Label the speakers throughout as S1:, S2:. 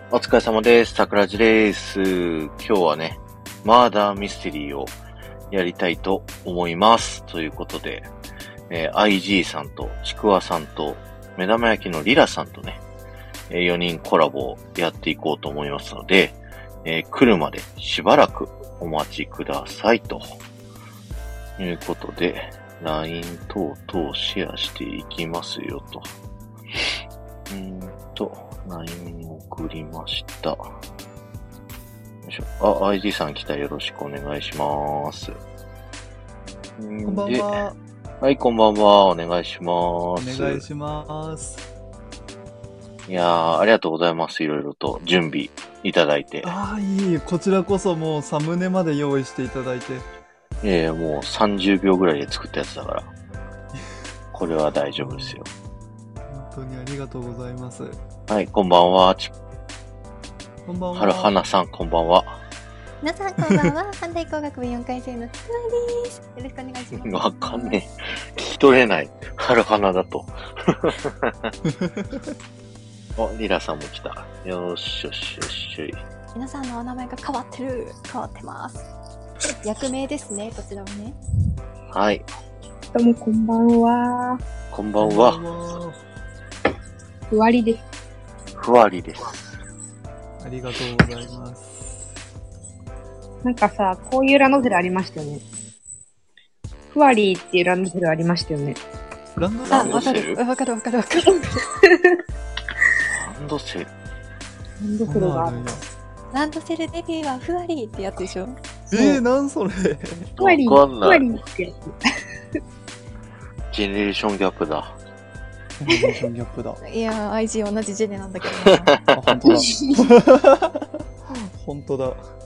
S1: お疲れ様です。桜地です。今日はね、マーダーミステリーをやりたいと思います。ということで、IG さんとちくわさんと目玉焼きのリラさんとね、4人コラボをやっていこうと思いますので、来るまでしばらくお待ちくださいということで、LINE 等々シェアしていきますよと。LINE 送りました。よいしょ。IG さん来た。よろしくお願いします。
S2: こんばんは。
S1: はい、こんばんは。お願いします。
S2: お願いします。
S1: いやー、ありがとうございます。いろいろと準備いただいて。
S2: いい。こちらこそもうサムネまで用意していただいて。
S1: もう30秒ぐらいで作ったやつだから。これは大丈夫ですよ。
S2: 本当にありがとうございます。
S1: はい、こんばんは。
S2: こんばんは。
S1: はるはなさん、こんばんは。
S3: 皆さんこんばんは。反対工学部4回生のつくわです。よろしくお願いします。
S1: わかんねえ。聞き取れない。はるはなだと。リラさんも来た。よしよしよし。
S3: 皆さんのお名前が変わってます。役名ですね、こちらはね。
S1: はい。
S4: どうもこんばんは。
S1: こんばんは。
S4: ふわりです。
S1: ふわりです。
S2: ありがとうございます。
S4: なんかさ、こういうランドセルありましたよね。ふわりっていうランドセルありましたよね。
S2: ランドセル？
S3: わかる。
S1: ランドセル。
S4: ランドセルがある。
S3: ランドセルデビューはふわりってやつでしょ。
S2: なんそれ。
S4: ふわり
S1: わかんない。
S4: ってやつ。
S1: ジェネレーションギャップだ。
S2: ジェネレーションギャップだ。
S3: いやー、IG 同じジェネなんだけどな。
S2: あ、本当だ。本当だ。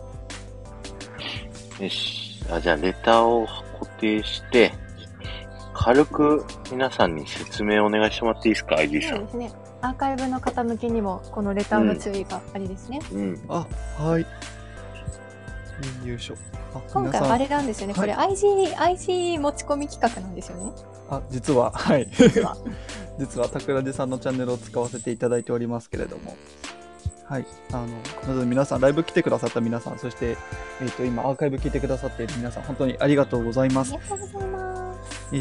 S1: よし。じゃあ、レターを固定して、軽く皆さんに説明お願いしてもらっていいですか、IG さん。
S3: そうですね。アーカイブの方向けにも、このレターの注意がありですね。
S2: はい。よいしょ。
S3: 今回はあれなんですよね。これ IG 持ち込み企画なんですよね。
S2: 実は、はい。実は、桜地さんのチャンネルを使わせていただいておりますけれども。はい。まず皆さん、ライブ来てくださった皆さん、そして、今、アーカイブ聞いてくださっている皆さん、本当にありがとうございます。
S3: ありがとうございます。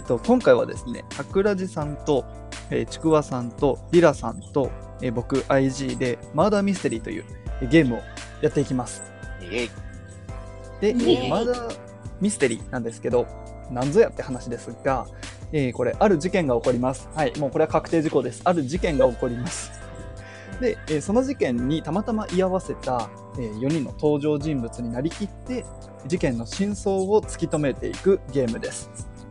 S2: 今回はですね、桜地さんと、ちくわさんと、リラさんと、僕、IG で、マーダーミステリーというゲームをやっていきます。
S1: イエイ。
S2: で、マーダーミステリーなんですけど、なんぞやって話ですが、これ、ある事件が起こります。はい、もうこれは確定事項です。ある事件が起こります。で、その事件にたまたま居合わせた、4人の登場人物になりきって、事件の真相を突き止めていくゲームです。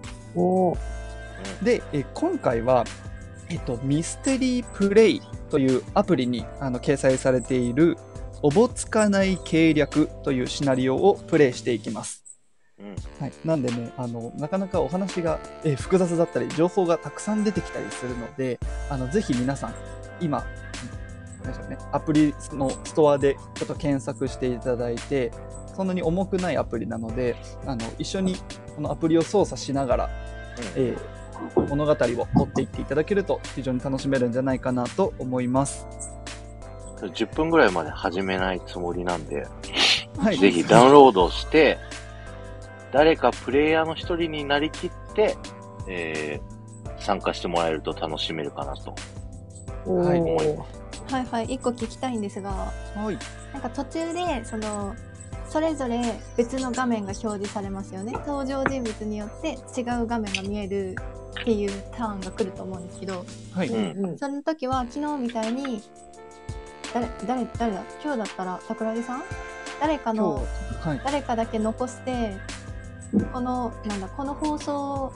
S2: で、今回は、ミステリープレイというアプリに掲載されているおぼつかない計略というシナリオをプレイしていきます。はい、なんでね、なかなかお話が、複雑だったり情報がたくさん出てきたりするので、ぜひ皆さん今アプリのストアでちょっと検索していただいて、そんなに重くないアプリなので一緒にこのアプリを操作しながら、物語を追っていっていただけると非常に楽しめるんじゃないかなと思います。
S1: 10分ぐらいまで始めないつもりなんで、
S2: はい、
S1: ぜひダウンロードして、誰かプレイヤーの一人になりきって、参加してもらえると楽しめるかなと思います。
S3: はい、一個聞きたいんですが、
S2: はい、
S3: なんか途中でそれぞれ別の画面が表示されますよね。登場人物によって違う画面が見えるっていうターンが来ると思うんですけど、
S2: はい、
S3: その時は昨日みたいに誰だ今日だったら桜地さん誰かだけ残してこの放送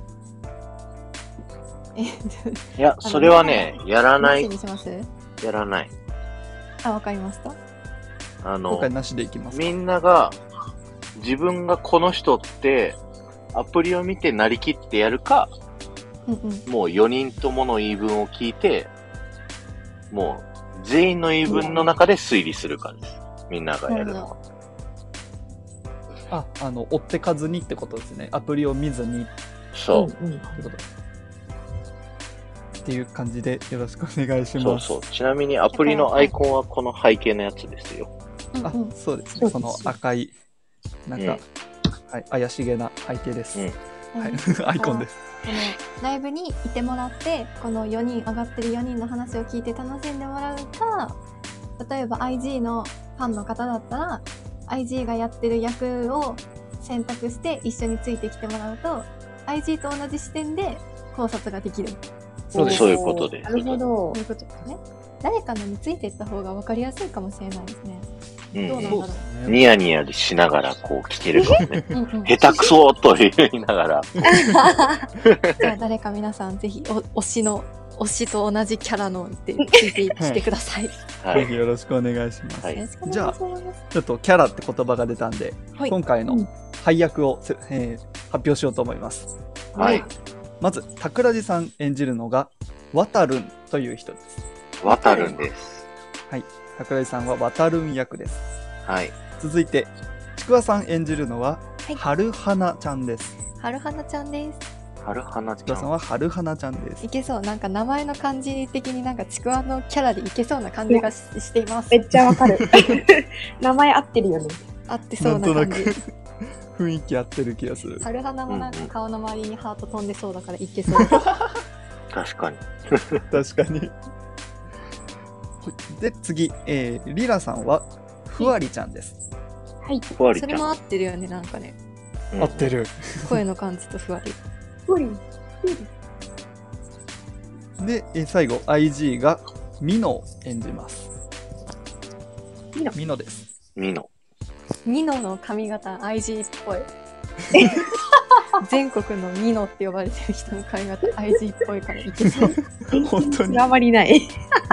S1: いや、それはね、やらない。
S3: なしにします？
S1: やらない。
S3: わかりました。
S2: 今回なしでいきますか。
S1: みんなが自分がこの人ってアプリを見てなりきってやるか、もう4人ともの言い分を聞いて、もう全員の言い分の中で推理するかです。みんながやるのは。
S2: 追ってかずにってことですね。アプリを見ずに。
S1: そう。
S2: ってことっていう感じでよろしくお願いします。
S1: そうそう。ちなみにアプリのアイコンはこの背景のやつですよ。
S2: あ、そうですね。その赤い、なんか、はい、怪しげな背景です。はい、アイコンです。
S3: このライブにいてもらって、この4人、上がってる4人の話を聞いて楽しんでもらうか、例えば IG のファンの方だったら、IG がやってる役を選択して一緒についてきてもらうと、IG と同じ視点で考察ができる。
S1: そういうことで。
S4: なるほど。
S3: そういうことですね。誰かのについていった方が分かりやすいかもしれないですね。どうなんだろう。
S1: ニヤニヤしながらこう聞けるかもね。下手くそと言いながら。
S3: じゃあ誰か皆さんぜひ推しと同じキャラのでついてきてください。
S2: ぜひよろしくお願いします。
S3: はい、
S2: じゃあちょっとキャラって言葉が出たんで、今回の配役を、発表しようと思います。
S1: はい。
S2: まず桜地さん演じるのがワタルンという人です。
S1: ワタルンです。
S2: はい。桜地さんはワタルン役です。
S1: はい。
S2: 続いてちくわさん演じるのは春花ちゃんです。
S3: 春花ちゃんです。
S1: 春花ちゃん。
S2: ちくわさんは春花ちゃんです。
S3: いけそう。なんか名前の感じ的になんかちくわのキャラでいけそうな感じがしています。
S4: めっちゃわかる。名前合ってるよね。
S3: 合ってそうな感じ。
S2: 雰囲気合ってる気がする。
S3: 春花もなんか顔の周りにハート飛んでそうだからいけそう。
S1: 確かに。
S2: 確かに。で、次、リラさんはふわりちゃんです。
S4: はい。
S1: ふわりちゃん。
S3: それも合ってるよね、なんかね。
S2: 合ってる。
S3: 声の感じとふわり。
S4: ふわり。
S2: で、最後、IG がミノを演じます。ミノです。
S1: ミノ
S3: の髪型 IG っぽい。全国のミノって呼ばれてる人の髪型 IG っぽいからいけそう。
S2: 本当に。
S4: あまりない。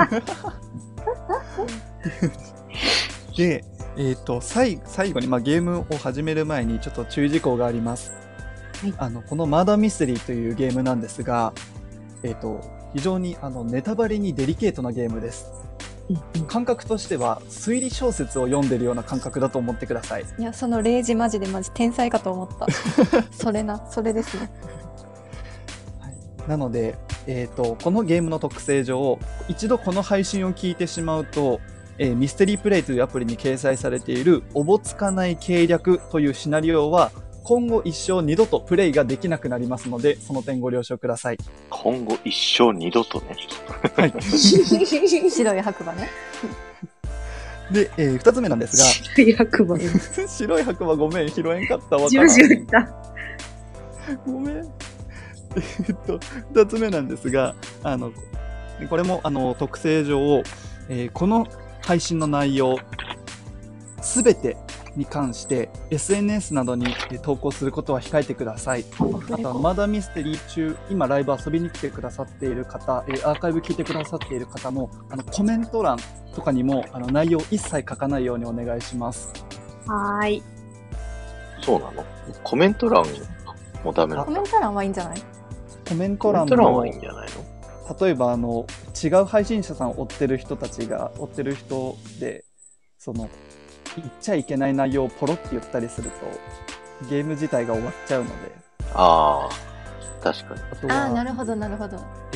S2: で、最後に、ゲームを始める前にちょっと注意事項があります。はい、このマーダーミステリーというゲームなんですが、非常にネタバレにデリケートなゲームです。感覚としては推理小説を読んでるような感覚だと思ってください。
S3: いや、その例示マジ天才かと思った。それですね。
S2: はい、なので、このゲームの特性上、一度この配信を聞いてしまうと、ミステリープレイというアプリに掲載されているおぼつかない計略というシナリオは今後一生二度とプレイができなくなりますので、その点ご了承ください。
S1: 今後一生二度とね。
S2: はい。
S3: 白い白馬ね。
S2: で、二つ目なんですが。
S4: 白い白馬。
S2: 白い白馬ごめん、拾えんかった。わからん。
S4: ジュジュ言った。
S2: ごめん。二つ目なんですが、これも特性上、この配信の内容すべてに関して SNS などに投稿することは控えてください。あとマーダーミステリー中、今ライブ遊びに来てくださっている方、アーカイブ聞いてくださっている方もコメント欄とかにも内容一切書かないようにお願いします。
S4: はーい。
S1: そうなの？コメント欄もダメなの？
S3: コメント欄はいいんじゃない？
S2: コメント欄
S1: はいいんじゃないの？
S2: 例えば違う配信者さんを追ってる人で言っちゃいけない内容をポロって言ったりするとゲーム自体が終わっちゃうので。
S1: ああ、確かに。
S3: あとはなるほどなるほど。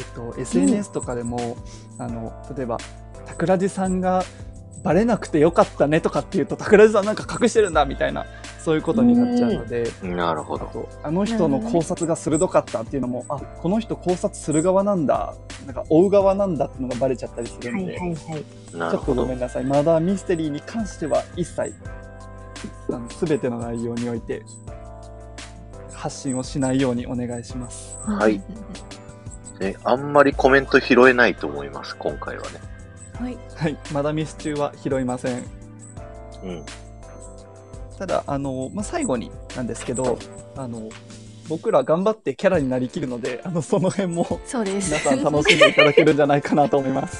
S2: SNS とかでも、例えば桜地さんがバレなくてよかったねとかっていうと桜地さんなんか隠してるんだみたいな、そういうことになっちゃうので。
S1: なるほど。
S2: あの人の考察が鋭かったっていうのも、この人考察する側なんだ、なんか追う側なんだっていうのがバレちゃったりするんで、ちょっとごめんなさい。マーダーミステリーに関しては一切全ての内容において発信をしないようにお願いします。
S1: はい。あんまりコメント拾えないと思います、今回はね。
S3: はい。
S2: はい。マダミス中は拾いません。
S1: うん。
S2: ただ、最後になんですけど、僕ら頑張ってキャラになりきるので、その辺も皆さん楽しんでいただけるんじゃないかなと思います。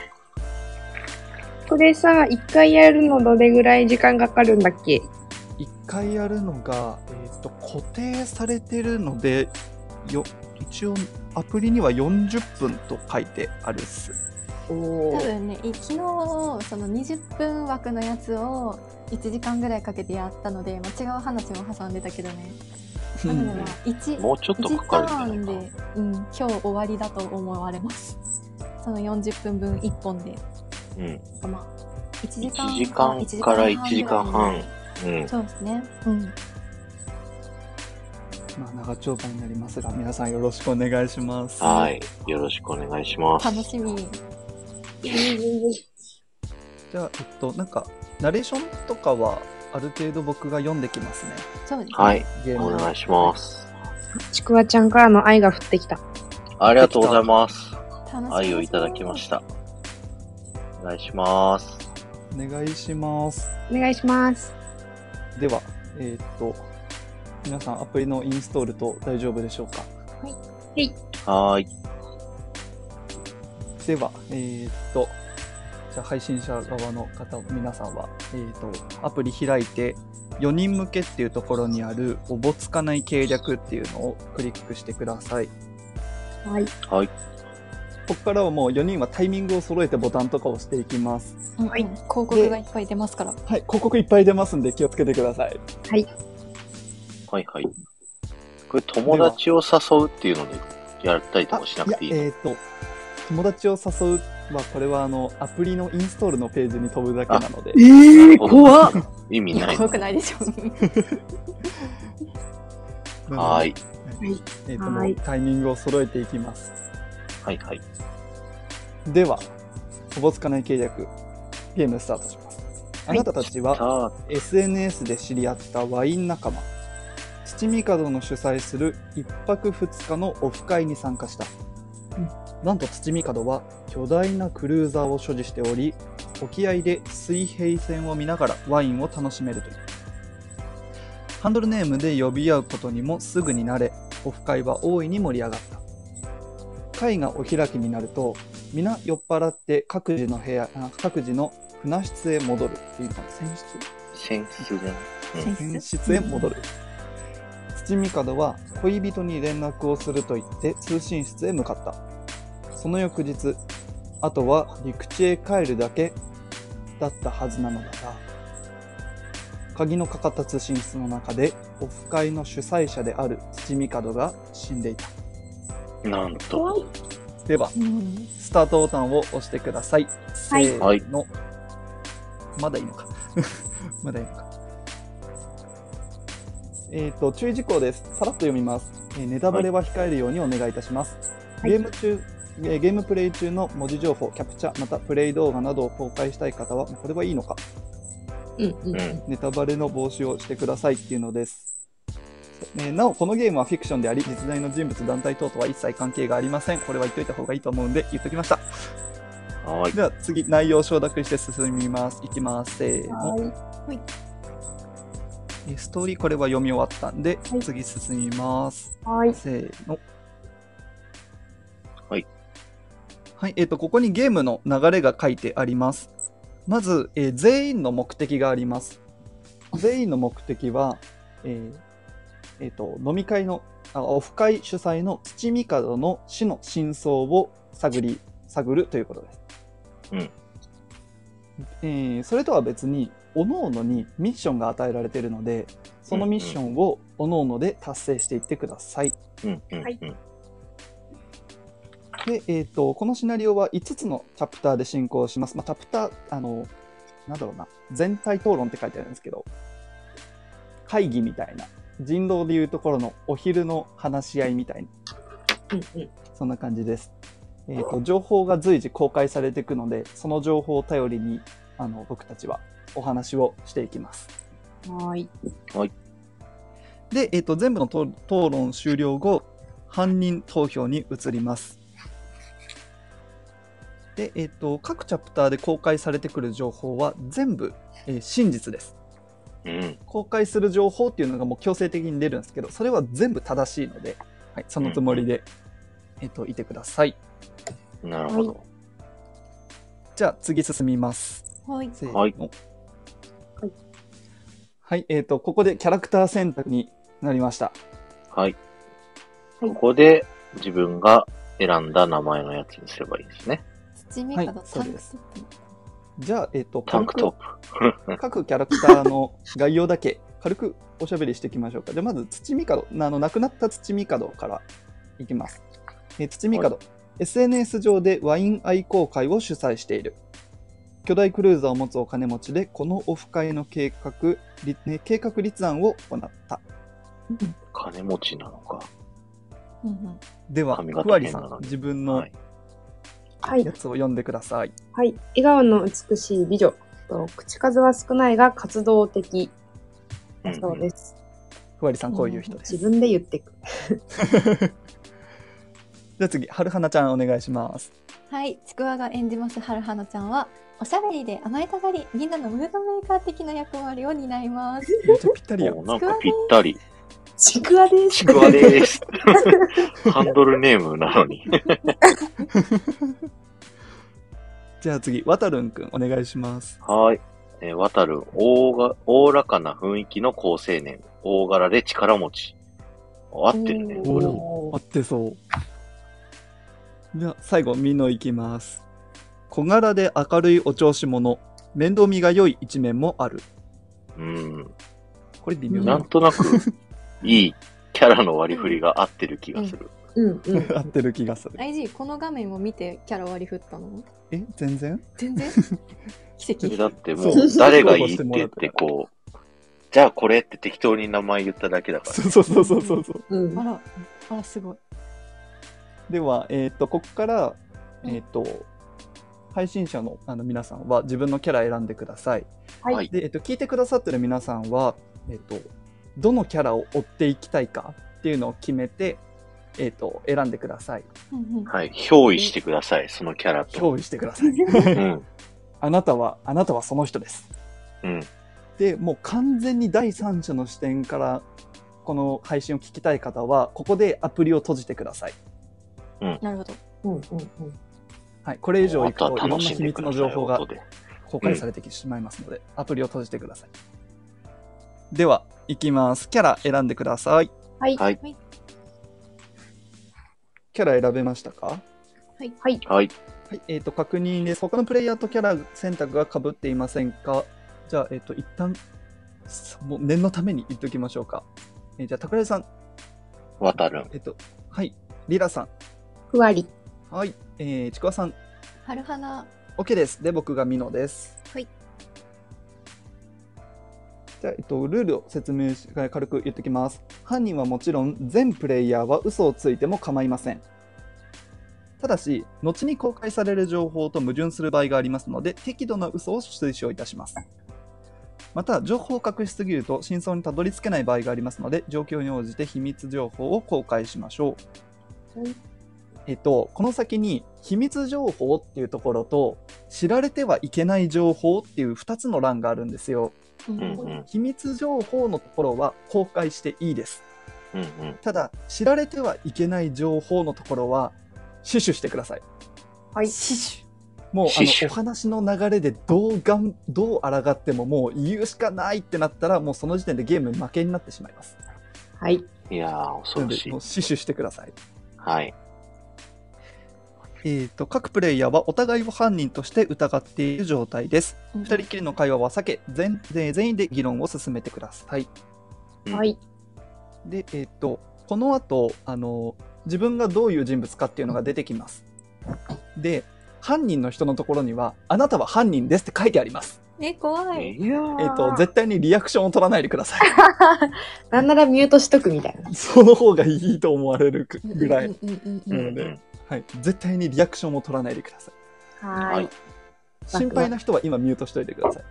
S4: これさ、一回やるのどれぐらい時間かかるんだっけ？
S2: 一回やるのが、固定されてるので、一応アプリには40分と書いてあるっす。
S3: 多分ね、昨日その20分枠のやつを1時間ぐらいかけてやったので、違う話も挟んでたけどね。 なのでまあ
S1: もうちょっとかかるんじゃないか
S3: 1ターンで、今日終わりだと思われます。その40分分1本で。まあ、1時間
S1: 1時間から1時間半。
S3: そうですね。
S2: まあ、長丁場になりますが、皆さんよろしくお願いします。
S1: はい。よろしくお願いします。
S3: 楽しみ。
S2: じゃあ、なんか、ナレーションとかは、ある程度僕が読んできますね。
S3: そうですね。
S1: はい。お願いします。
S4: ちくわちゃんからの愛が降ってきた。
S1: ありがとうございます。
S3: 楽
S1: 愛をいただきました。お願いします。
S2: お願いします。
S4: お願いします。
S2: では、皆さんアプリのインストールと大丈夫でしょうか？
S4: はい。
S1: はい。
S2: では、じゃあ配信者側の方、皆さんは、アプリ開いて、4人向けっていうところにある、おぼつかない計略っていうのをクリックしてください。
S4: はい。
S1: はい。
S2: ここからはもう4人はタイミングを揃えてボタンとかを押していきます。
S3: はい。広告がいっぱい出ますから。
S2: はい。広告いっぱい出ますんで気をつけてください。
S4: はい。
S1: はいはい。これ友達を誘うっていうのでやったりとかしなくていいの？
S2: 友達を誘うは、これはアプリのインストールのページに飛ぶだけなので。
S4: 怖っ。
S1: 意味ない。
S3: 怖くないでしょ。
S1: はい。
S2: もうタイミングを揃えていきます。
S1: はいはい。
S2: では、おぼつかない契約、ゲームスタートします。あなたたちは SNS で知り合ったワイン仲間、土見門の主催する1泊2日のオフ会に参加した。なんと土見門は巨大なクルーザーを所持しており、沖合で水平線を見ながらワインを楽しめるという。ハンドルネームで呼び合うことにもすぐに慣れ、オフ会は大いに盛り上がった。会がお開きになると、皆酔っ払って各自の船室へ戻るっていうのかな、
S1: 船
S2: 室へ戻る。土見門は恋人に連絡をすると言って通信室へ向かった。その翌日、あとは陸地へ帰るだけだったはずなのだが、鍵のかかった通信室の中でオフ会の主催者である土見門が死んでいた。
S1: なんと。
S2: では、スタートボタンを押してください。せーの。まだいいのか。まだいいのか。注意事項です。さらっと読みます。ネタバレは控えるようにお願いいたします。ゲームプレイ中の文字情報、キャプチャ、またプレイ動画などを公開したい方は、これはいいのか。ネタバレの防止をしてくださいっていうのです。なお、このゲームはフィクションであり、実在の人物、団体等とは一切関係がありません。これは言っといた方がいいと思うんで、言っときました。
S1: はい。
S2: では次、内容を承諾して進みます。いきます。せーの。ストーリー、これは読み終わったんで、次進みます。せーの。はい。ここにゲームの流れが書いてあります。まず、全員の目的があります。全員の目的は、飲み会のオフ会主催の土見門の死の真相を探るということです。それとは別に各々にミッションが与えられているので、そのミッションを各々で達成していってください。で、このシナリオは5つのチャプターで進行します。チャプター、なんだろうな、全体討論って書いてあるんですけど、会議みたいな、人狼でいうところのお昼の話し合いみたいな、そんな感じです。情報が随時公開されていくので、その情報を頼りに僕たちはお話をしていきます。
S4: はい。
S2: で、全部の討論終了後、犯人投票に移ります。で、各チャプターで公開されてくる情報は全部、真実です。公開する情報っていうのがもう強制的に出るんですけど、それは全部正しいので、はい、そのつもりで、いてください。
S1: なるほど。
S2: じゃあ次進みます。
S3: はい。
S2: はい、ここでキャラクター選択になりました。
S1: はい。ここで自分が選んだ名前のやつにすればいいですね。
S3: 土見門タンクトップ。
S2: じゃあ、
S1: タンクトップ。
S2: 各キャラクターの概要だけ軽くおしゃべりしていきましょうか。じゃあまず土見門、亡くなった土見門からいきます。土見門、SNS 上でワイン愛好会を主催している。巨大クルーザーを持つお金持ちで、このオフ会の計画立案を行った。
S1: 金持ちなのか。
S2: では、ふわりさん、自分のやつを読んでください。
S4: はい。笑顔の美しい美女。口数は少ないが活動的だそうです。
S2: ふわりさん、こういう人です。
S4: 自分で言っていく。
S2: じゃあ次、はるはなちゃんお願いします。
S3: はい。ちくわが演じますはるはなちゃんは、おしゃべりで甘えたがり、みんなのムードメーカー的な役割を担います。
S2: めっちゃぴったりや。
S1: なんかぴったり。
S4: ちくわです。
S1: ちくわです。ハンドルネームなのに。
S2: じゃあ次、わたるんくんお願いします。
S1: はい。わたるん、おおらかな雰囲気の好青年。大柄で力持ち。合ってるね。
S2: 合ってそう。じゃあ最後、みのいきます。小柄で明るいお調子者。面倒見が良い一面もある。これ微妙
S1: なんとなく、いいキャラの割り振りが合ってる気がする。
S2: 合ってる気がする。
S3: IG、この画面を見てキャラ割り振ったの？
S2: 全然
S3: 奇跡。
S1: だってもう、誰がいいって言ってこう、じゃあこれって適当に名前言っただけだから。
S2: そう。
S3: あら、すごい。
S2: では、ここから、配信者の皆さんは自分のキャラ選んでください。
S4: はい。
S2: で、聞いてくださってる皆さんは、どのキャラを追っていきたいかっていうのを決めて、選んでください。
S1: はい。憑依してください、そのキャラと。
S2: 憑依してください。あなたはその人です。で、もう完全に第三者の視点からこの配信を聞きたい方は、ここでアプリを閉じてください。
S3: なるほど。
S2: はい、これ以上いくといろんな秘密の情報が公開されてしまいますので、アプリを閉じてください。では、いきます。キャラ選んでください。
S4: はい。
S2: キャラ選べましたか？
S4: はい。
S2: 確認です。他のプレイヤーとキャラ選択が被っていませんか？じゃあ、一旦、もう念のために言っておきましょうか。じゃあ、桜井さん。
S1: わたるん。
S2: はい。リラさん。
S4: ふわり。
S2: はい。ちくわさん。
S3: はるはな。
S2: OK です。で、僕がみのです。
S3: はい。
S2: じゃあ、ルールを説明し、軽く言っておきます。犯人はもちろん、全プレイヤーは嘘をついても構いません。ただし、後に公開される情報と矛盾する場合がありますので、適度な嘘を推奨いたします。また、情報を隠しすぎると真相にたどり着けない場合がありますので、状況に応じて秘密情報を公開しましょう。この先に秘密情報っていうところと知られてはいけない情報っていう2つの欄があるんですよ。秘密情報のところは公開していいです。ただ知られてはいけない情報のところは死守してください。
S4: はい。
S2: もうお話の流れでどう抗ってももう言うしかないってなったら、もうその時点でゲーム負けになってしまいます。
S4: はい。
S1: いやー、恐ろしい。
S2: もう死守してください。
S1: はい。
S2: 各プレイヤーはお互いを犯人として疑っている状態です。2人きりの会話は避け、全員で議論を進めてください。
S4: はい。
S2: で、この後、自分がどういう人物かっていうのが出てきます。で、犯人の人のところには、あなたは犯人ですって書いてあります。
S3: 怖い。
S2: 絶対にリアクションを取らないでください。
S4: なんならミュートしとくみたいな。
S2: その方がいいと思われるぐらいなので、はい、絶対にリアクションを取らないでください。
S4: はい。
S2: 心配な人は今ミュートしといてください。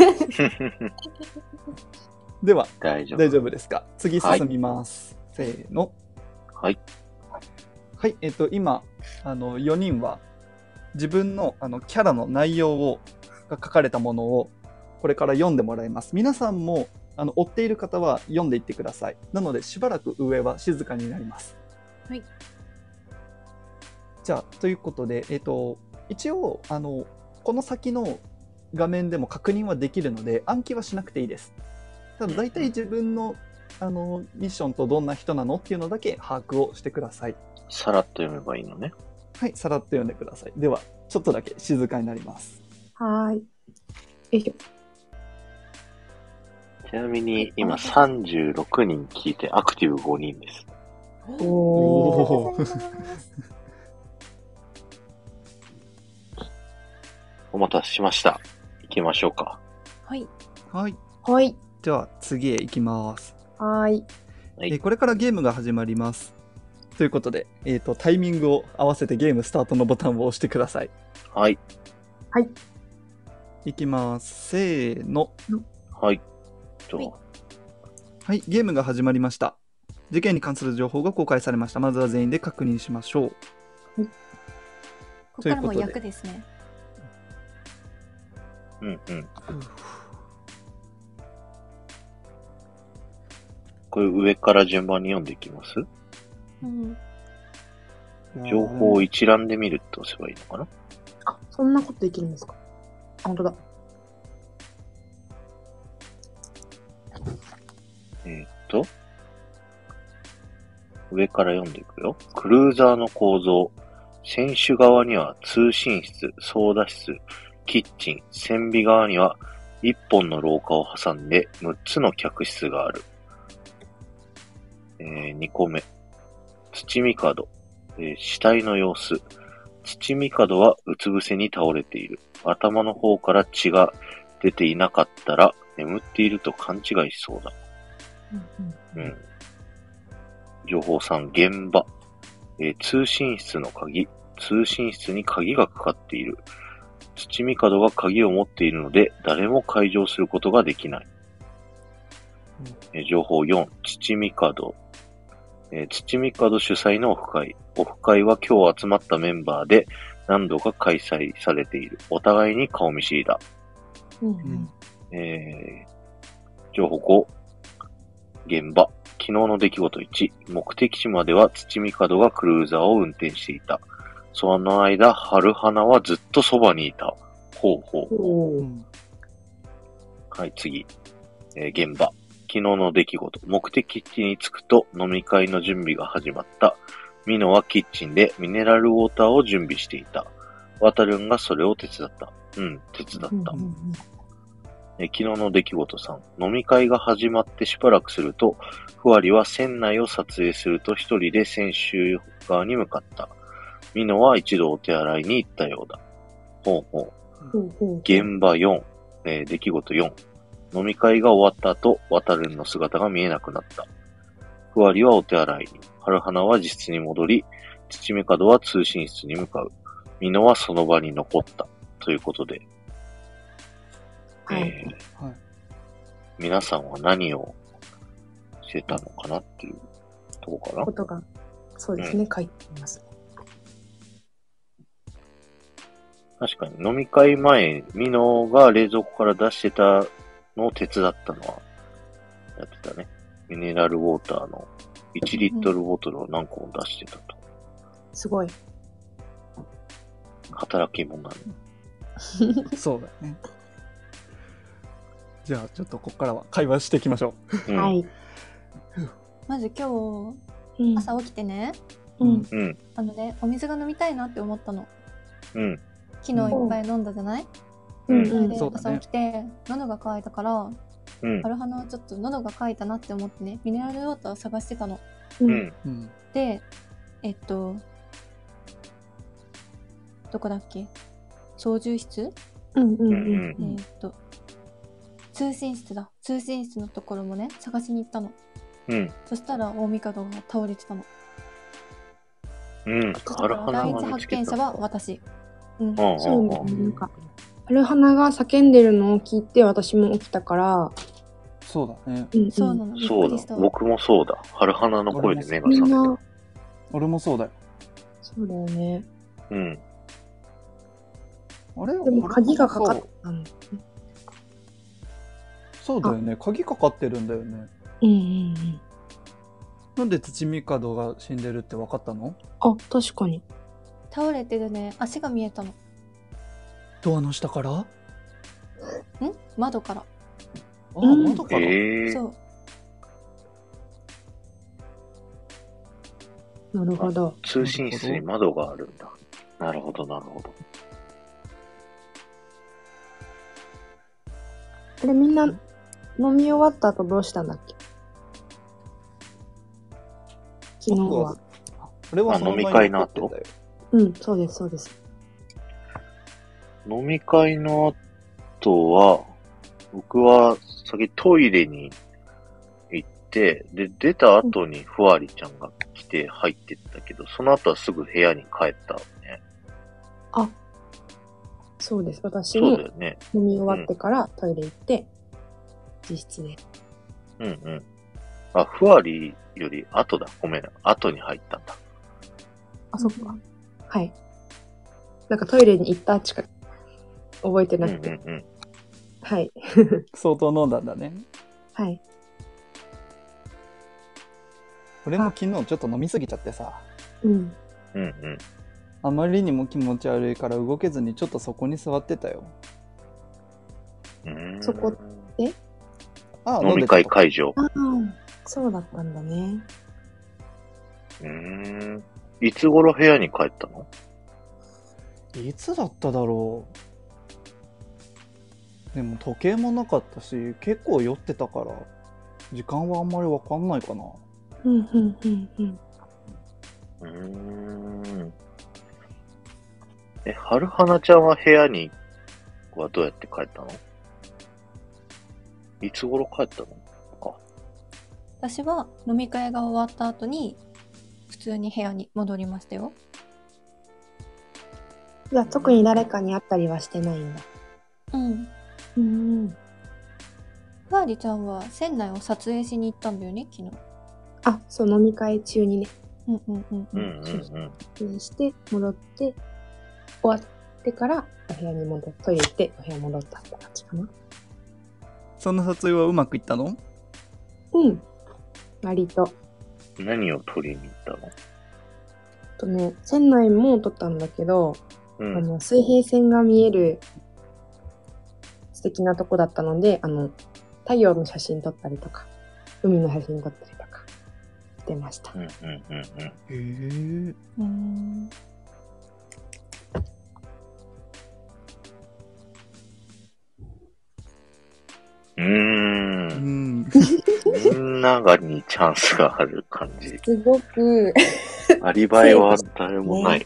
S2: では、大丈夫ですか？次進みます。せーの。
S1: はい。
S2: はい、今、4人は自分のキャラの内容が書かれたものをこれから読んでもらいます。皆さんも追っている方は読んでいってください。なのでしばらく上は静かになります。
S3: はい。
S2: じゃあということで、一応この先の画面でも確認はできるので暗記はしなくていいです。ただ大体自分のミッションとどんな人なのっていうのだけ把握をしてください。
S1: さらっと読めばいいのね。
S2: はい、さらっと読んでください。ではちょっとだけ静かになります。
S4: はい。よいしょ。
S1: ちなみに今36人聞いてアクティブ5人です。
S2: おー。
S1: お待たせしました。行きましょうか。
S3: はい。
S2: はい。
S4: はい。
S2: では次へ行きます。
S4: はい。
S2: これからゲームが始まります。ということで、タイミングを合わせてゲームスタートのボタンを押してください。
S1: はい。
S4: はい。
S2: いきます。せーの。
S1: はい。
S2: はい、ゲームが始まりました。事件に関する情報が公開されました。まずは全員で確認しましょう。
S3: ここからも役ですね。
S1: うんうん。これ上から順番に読んでいきます？
S3: うん。
S1: 情報を一覧で見るって押せばいいのかな？
S4: あ、そんなことできるんですか？あ、本当だ。
S1: 上から読んでいくよ。クルーザーの構造。船首側には通信室、操舵室、キッチン、船尾側には1本の廊下を挟んで6つの客室がある。2個目。土見角。死体の様子。土見角はうつ伏せに倒れている。頭の方から血が出ていなかったら眠っていると勘違いしそうだ。情報3、現場。通信室の鍵。通信室に鍵がかかっている。土見角が鍵を持っているので、誰も開錠することができない。情報4、土見角。土見角主催のオフ会。オフ会は今日集まったメンバーで何度か開催されている。お互いに顔見知りだ。情報5、現場。昨日の出来事1、目的地までは土見角がクルーザーを運転していた。その間、春花はずっとそばにいた。ほうほう。はい、次。現場。昨日の出来事。目的地に着くと飲み会の準備が始まった。ミノはキッチンでミネラルウォーターを準備していた。ワタルンがそれを手伝った。手伝った。昨日の出来事3、飲み会が始まってしばらくすると、ふわりは船内を撮影すると一人で船首側に向かった。ミノは一度お手洗いに行ったようだ。ほうほう。現場4、出来事4、飲み会が終わった後、ワタルンの姿が見えなくなった。ふわりはお手洗いに、春花は自室に戻り、土目角は通信室に向かう。ミノはその場に残った。ということで、皆さんは何をしてたのかなっていうとこかな。
S4: ことが、そうですね、書いていますね。
S1: 確かに飲み会前、ミノが冷蔵庫から出してたのを手伝ったのはやってたね。ミネラルウォーターの1リットルボトルを何個も出してたと。
S4: すごい。
S1: 働き者だね。
S2: そうだね。じゃあちょっとここからは会話していきましょ
S4: う。はい。
S3: まず今日、朝起きてね、お水が飲みたいなって思ったの。昨日いっぱい飲んだじゃない？それで朝起きて喉が渇いたから、春花はちょっと喉が渇いたなって思ってね、ミネラルウォーターを探してたの。で、どこだっけ？操縦室？通信室だ。通信室のところもね、探しに行ったの。そしたら大帝が倒れてたの。第一発見者は私。
S4: そうだね。なんか春花が叫んでるのを聞いて私も起きたから。
S2: そうだね。
S3: そうなの。
S1: そうだ。僕もそうだ。春花の声で目が覚めた。
S2: 俺もそうだよ。
S4: そうだよね。
S2: あれ？
S4: でも鍵がかかったの。
S2: そうだよね。鍵かかってるんだよね。なんで土見角が死んでるって分かったの？
S4: あ、確かに。
S3: 倒れてるね。足が見えたの。
S2: ドアの下から？
S3: 窓から。
S2: 窓から？
S3: そう。
S4: なるほど。
S1: 通信室に窓があるんだ。なるほど、なるほど。
S4: あれみんな飲み終わった後どうしたんだっけ？昨日は。
S2: 俺は
S1: 飲み会の後？
S4: うん、そうです、そうです。
S1: 飲み会の後は、僕は先トイレに行って、で、出た後にふわりちゃんが来て入ってったけど、その後はすぐ部屋に帰ったね。
S4: あ、そうです。私
S1: そう
S4: も
S1: だよね。
S4: 飲み終わってからトイレ行って、自室で。
S1: うんうん。あ、ふわりより後だ。ごめんな。後に入ったんだ。
S4: あ、そっか。はい。なんかトイレに行ったしか覚えてなくて。
S1: うん。
S4: はい。
S2: 相当飲んだんだね。
S4: はい。
S2: 俺も昨日ちょっと飲みすぎちゃってさ。
S4: うん。
S2: あまりにも気持ち悪いから動けずにちょっとそこに座ってたよ。
S4: そこで？
S1: 飲み会会場。
S4: ああ、そうだったんだね。
S1: いつ頃部屋に帰ったの？
S2: いつだっただろう。でも時計もなかったし、結構酔ってたから、時間はあんまりわかんないかな。
S1: はるはなちゃんは部屋にはどうやって帰ったの？いつ頃帰ったの？
S3: 私は飲み会が終わった後に普通に部屋に戻りましたよ。
S4: じゃあ特に誰かに会ったりはしてないんだ。
S3: ふわりちゃんは船内を撮影しに行ったんだよね、昨日。
S4: あ、そう、飲み会中にね。撮影して戻って、終わってからお部屋にトイレ行ってお部屋戻ったって感じかな。
S2: その撮影はうまくいったの？
S4: うん。割と。
S1: 何を撮りに行ったの？
S4: 船内も撮ったんだけど、水平線が見える素敵なとこだったので、太陽の写真撮ったりとか、海の写真撮ったりとかしてました。
S1: みんながにチャンスがある感じ。
S4: すごく
S1: アリバイは誰もない。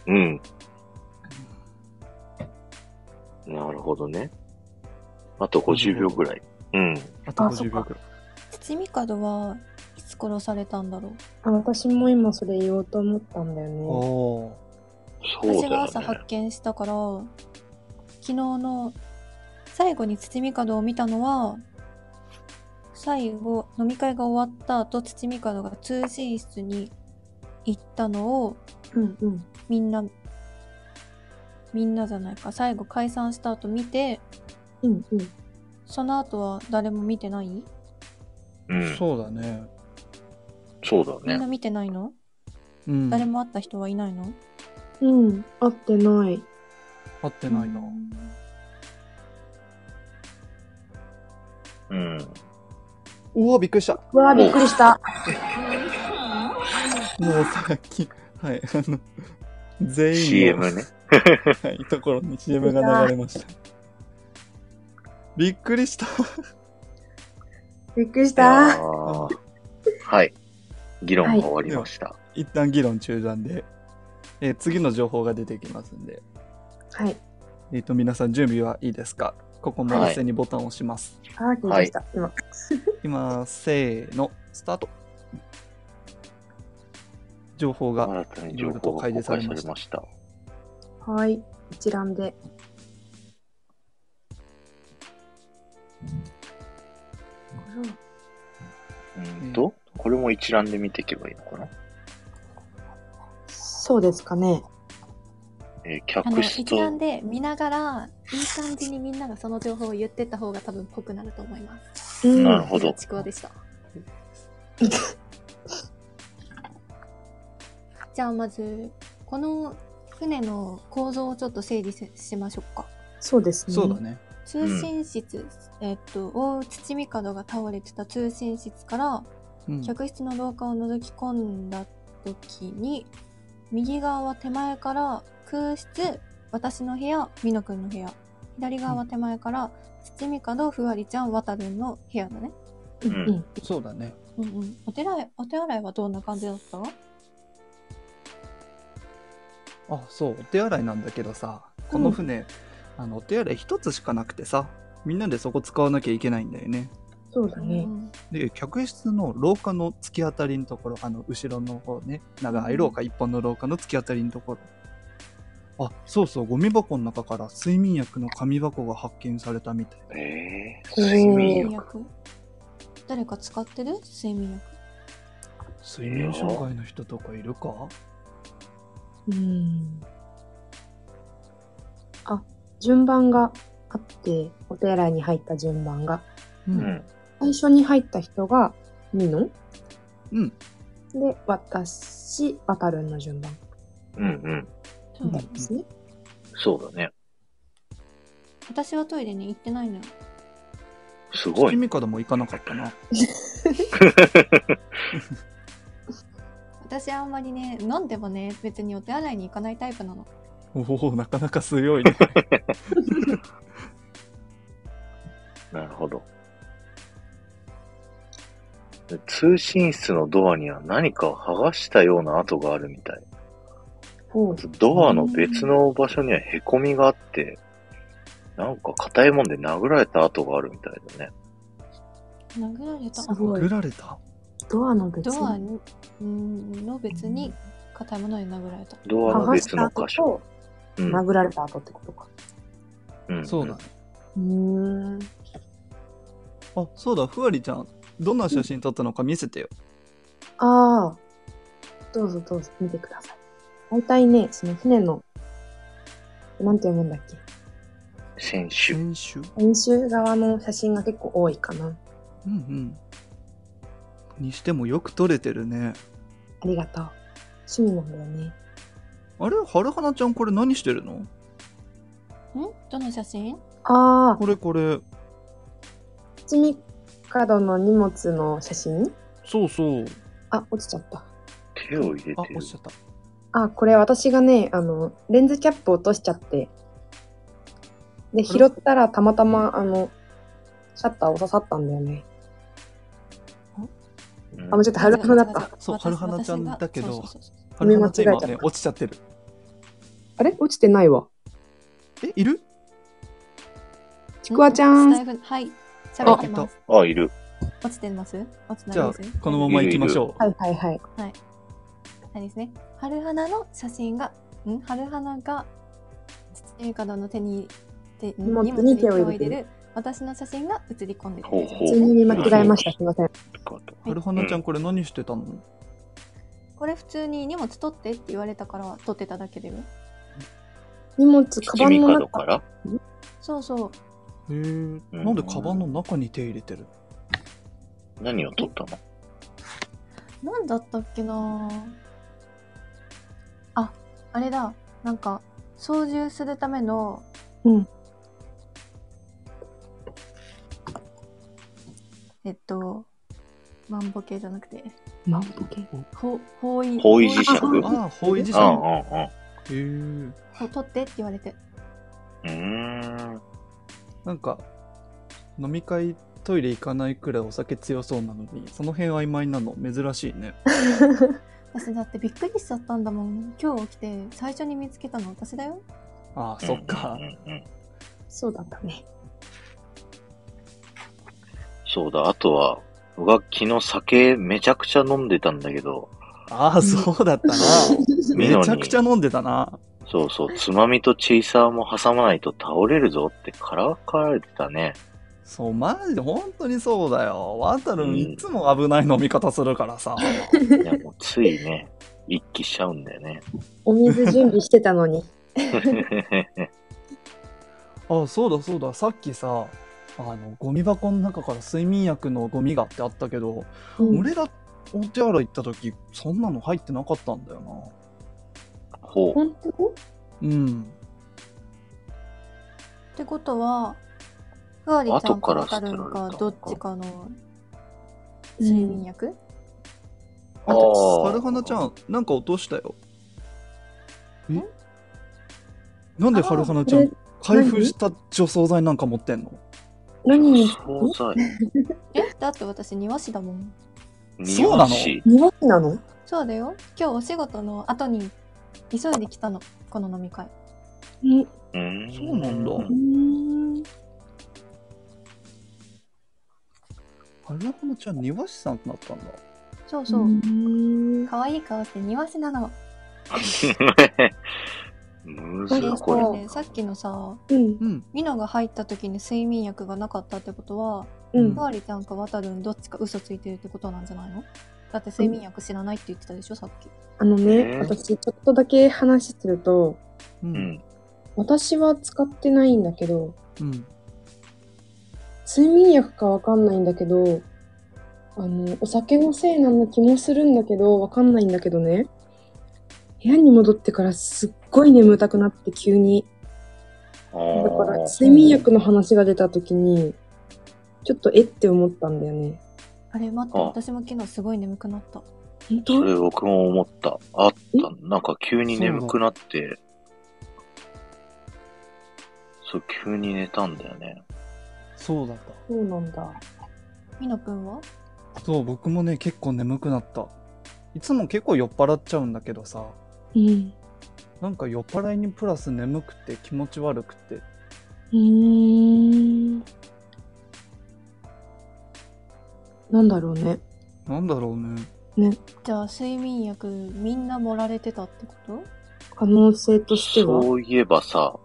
S1: なるほどね。あと50秒ぐらい。
S2: あと50秒ぐらい。
S3: 包み角はいつ殺されたんだろう。
S4: 私も今それ言おうと思ったんだよね。
S1: そうだよね。
S3: 私が朝発見したから、昨日の最後に包み角を見たのは、最後飲み会が終わった後、包み角が通信室に行ったのを、みんなじゃないか、最後解散した後見て、その後は誰も見てない？
S2: そうだね。
S1: そうだね。
S3: みんな見てないの？誰も会った人はいないの？
S4: 会ってない。
S2: 会ってないな。うわ、びっくりした。
S4: うわ、びっくりした。
S2: もうさっき、はい、全員の
S1: CM ね。
S2: はい、ところに CM が流れました。びっくりした。
S4: びっくりした。
S1: はい。議論が終わりました。
S2: 一旦議論中断で、次の情報が出てきますんで。
S4: はい。
S2: 皆さん準備はいいですか？ここも一斉にボタンを押します。
S4: 緊張した。
S2: 今、せーの、スタート。情報がいろいろと開示されました。
S4: はい、一覧で。
S1: これも一覧で見ていけばいいのかな？
S4: そうですかね。
S3: 一覧で見ながら、いい感じにみんながその情報を言ってった方が多分濃くなると思います。
S1: なるほど。
S3: ちくわでした。じゃあまず、この船の構造をちょっと整理しましょうか。
S4: そうですね。
S2: そうだね。
S3: 通信室、包み角が倒れてた通信室から、客室の廊下を覗き込んだ時に、右側は手前から空室、私の部屋、みのくんの部屋。左側は手前から包み角、ふわりちゃん、わたるんの部屋だね。
S2: そうだね。
S3: お手洗いはどんな感じだった？
S2: そう、お手洗いなんだけどさ、この船、お手洗い一つしかなくてさ、みんなでそこ使わなきゃいけないんだよね。
S4: そうだね。
S2: で、客室の廊下の突き当たりのところ、後ろの方ね、長い廊下一本の廊下の突き当たりのところ。そうそう、ゴミ箱の中から睡眠薬の紙箱が発見されたみたい。
S1: 睡眠薬。
S3: 誰か使ってる？睡眠薬。
S2: 睡眠障害の人とかいるか？
S4: 順番があって、お手洗いに入った順番が。最初に入った人がミノ。で、私、ワタルンの順番。
S3: そうなん
S4: ですね。
S1: そうだね。
S3: 私はトイレに行ってないのよ。
S1: すごい。
S2: 君からも行かなかったな。
S3: 私あんまりね、飲んでもね、別にお手洗いに行かないタイプなの。
S2: なかなか強いね。
S1: なるほど。通信室のドアには何かを剥がしたような跡があるみたい。ドアの別の場所には凹みがあって、なんか硬いもんで殴られた跡があるみたいだね。
S2: 殴られた？
S4: ドアの別
S3: に硬いもので殴られた。
S1: ドアの別の箇所。
S4: 殴られた跡ってことか。
S2: そうだね。そうだ、ふわりちゃん、どんな写真撮ったのか見せてよ。
S4: どうぞ見てください。大体ね、その船の、なんて読むんだっけ？
S1: 船首
S4: 側の写真が結構多いかな。
S2: にしてもよく撮れてるね。
S4: ありがとう。趣味なんだよね。
S2: あれ、はるはなちゃんこれ何してるの？
S3: どの写真？
S2: これ。
S4: 積み角の荷物の写真？
S2: そうそう。
S4: 落ちちゃった。
S1: 手を入れてる。
S2: 落ちちゃった。
S4: これ私がね、レンズキャップ落としちゃって、で、拾ったらたまたま、シャッターを刺さったんだよね。もうちょっとはるはなだった。
S2: そう、はるはなちゃんだけど、は
S4: るはなちゃん今
S2: ね、落ちちゃってる。
S4: あれ？落ちてないわ。
S2: いる？
S4: ちくわちゃん。
S3: はい、喋ってます。
S1: いる。
S3: 落ちてます？落ちて
S2: じゃあ
S3: ないです？
S2: このまま行きましょう。
S4: はい。
S3: はいですね。春花の写真が、春花が包み角の荷物に手を入れる私の写真が写り込んでる。
S4: 普通に見間違えました。すみません。
S2: はるはなちゃんこれ何してたの？
S3: これ普通に荷物取ってって言われたから取ってただけだよ。
S4: 荷物、カバンの中
S1: から？
S3: そう。
S2: なんでカバンの中に手入れてる？
S1: 何を取ったの？
S3: 何だったっけなあ。あれだ。なんか操縦するための万歩計じゃなくて
S4: 万歩計？
S1: 方位磁石？
S2: 方位磁石。
S3: 取ってって言われて。
S2: なんか飲み会トイレ行かないくらいお酒強そうなのに、その辺曖昧なの珍しいね。
S3: 私だってびっくりしちゃったんだもん。今日起きて最初に見つけたの私だよ。
S2: そっか。
S4: そうだったね。
S1: そうだ、あとは僕は昨日酒めちゃくちゃ飲んでたんだけど。
S2: そうだったな。めちゃくちゃ飲んでたな。
S1: そう、つまみとチェイサーも挟まないと倒れるぞってからかられてたね。
S2: そう、マジで本当にそうだよ。ワタルンいつも危ない飲み方するからさ。
S1: いやもうついね、一気しちゃうんだよね。
S4: お水準備してたのに。
S2: そうだ、さっきさ、ゴミ箱の中から睡眠薬のゴミがってあったけど、俺らお手洗い行った時、そんなの入ってなかったんだよな。
S4: 本当？
S3: ってことは、ふわりちゃんかわかるのか、どっちかの睡眠薬？
S2: はるはなちゃん、なんか落としたよ。なんではるはなちゃん、開封した除草剤なんか持ってんの？
S4: 何に
S1: 惣菜。
S3: だって私庭師だもん。
S2: そうなの？
S4: 庭師なの？
S3: そうだよ。今日お仕事の後に急いで来たの、この飲み会。
S2: そうなんだ。なるほど、じゃあ庭師さんとなったんだ。
S3: そうそう。可愛い顔して庭師なの。
S1: むずいこれ
S3: ね。さっきのさ、ミノが入った時に睡眠薬がなかったってことは、ふわりちゃんかわたるんどっちか嘘ついてるってことなんじゃないの？だって睡眠薬知らないって言ってたでしょ、さっき。
S4: 私ちょっとだけ話すると、私は使ってないんだけど、睡眠薬かわかんないんだけど、お酒のせいなの気もするんだけど、わかんないんだけどね。部屋に戻ってからすっごい眠たくなって急に。だから睡眠薬の話が出た時に、ちょっとって思ったんだよね。
S3: あれ待って、私も昨日すごい眠くなった。
S4: 本当？
S1: それ僕も思った。あった。なんか急に眠くなって、急に寝たんだよね。
S2: そうだった。
S4: そうなんだ。
S3: みのくんは？
S2: そう、僕もね、結構眠くなった。いつも結構酔っ払っちゃうんだけどさ、なんか酔っ払いにプラス眠くて気持ち悪くて。
S4: なんだろうね。
S2: ね。
S3: じゃあ睡眠薬みんな盛られてたってこと？
S4: 可能性としては。
S1: そういえばさ、